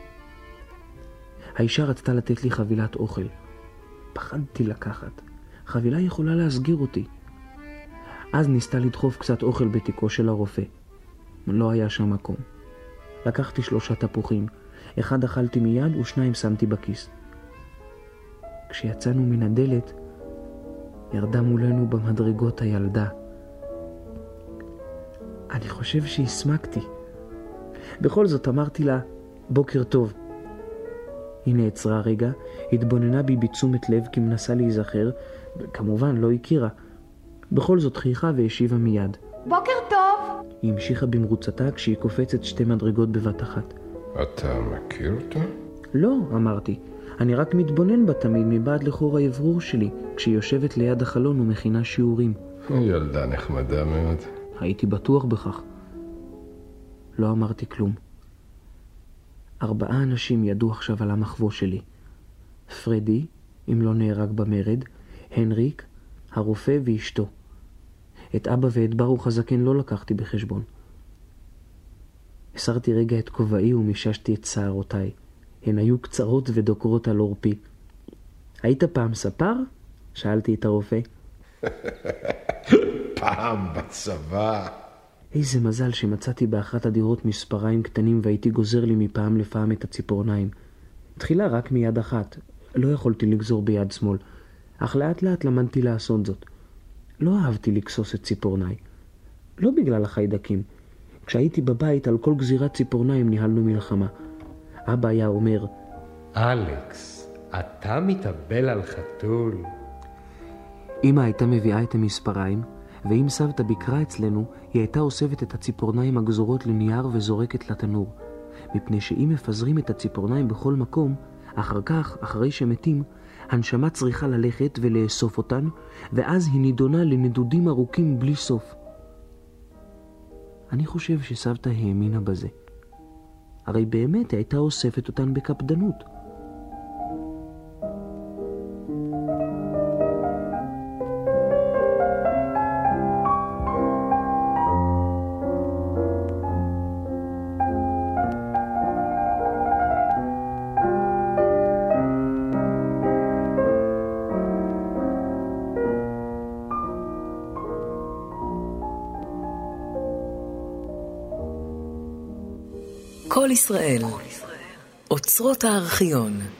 האישה רצתה לתת לי חבילת אוכל. פחדתי לקחת. חבילה יכולה להסגיר אותי. אז ניסתה לדחוף קצת אוכל בתיקו של הרופא. לא היה שם מקום. לקחתי 3 תפוחים. 1 אכלתי מיד ו2 שמתי בכיס. כשיצאנו מן הדלת, ירדה מולנו במדרגות הילדה. אני חושב שהסמקתי. בכל זאת אמרתי לה, בוקר טוב. היא נעצרה רגע, התבוננה בי בתשומת לב כי מנסה להיזכר, וכמובן לא הכירה. בכל זאת חייכה והשיבה מיד. בוקר טוב. היא המשיכה במרוצתה כשהיא קופצת 2 מדרגות בבת אחת. אתה מכיר אותה? לא, אמרתי. אני רק מתבונן בה תמיד מבעד לחור האוורור שלי, כשהיא יושבת ליד החלון ומכינה שיעורים. ילדה נחמדה מאוד. הייתי בטוח בכך. לא אמרתי כלום. 4 אנשים ידעו עכשיו על המחבוא שלי. פרדי, אם לא נהרג במרד, הנריק, הרופא ואשתו. את אבא ואת ברוך הזקן לא לקחתי בחשבון. הסרתי רגע את כובעי ומיששתי את שערותיי. הן היו קצרות ודוקרות על עורפי. היית פעם ספר? שאלתי את הרופא. פעם בצבא. איזה מזל שמצאתי באחת הדירות מספריים קטנים והייתי גוזר לי מפעם לפעם את הציפורניים. תחילה רק מיד אחת. לא יכולתי לגזור ביד שמאל, אך לאט לאט למדתי לעשות זאת. לא אהבתי לקסוס את ציפורניי. לא בגלל החיידקים. כשהייתי בבית על כל גזירת ציפורניים ניהלנו מלחמה. אבא היה אומר, אלכס, אתה מתאבל על חתול. אמא הייתה מביאה את המספריים, ואם סבתא ביקרה אצלנו, היא הייתה אוספת את הציפורניים הגזורות לנייר וזורקת לתנור. מפני שאם מפזרים את הציפורניים בכל מקום, אחר כך, אחרי שמתים, הנשמה צריכה ללכת ולאסוף אותן, ואז היא נידונה לנדודים ארוכים בלי סוף. אני חושב שסבתא האמינה בזה. הרי באמת הייתה אוספת אותן בקפדנות. כל ישראל, אוצרות הארכיון.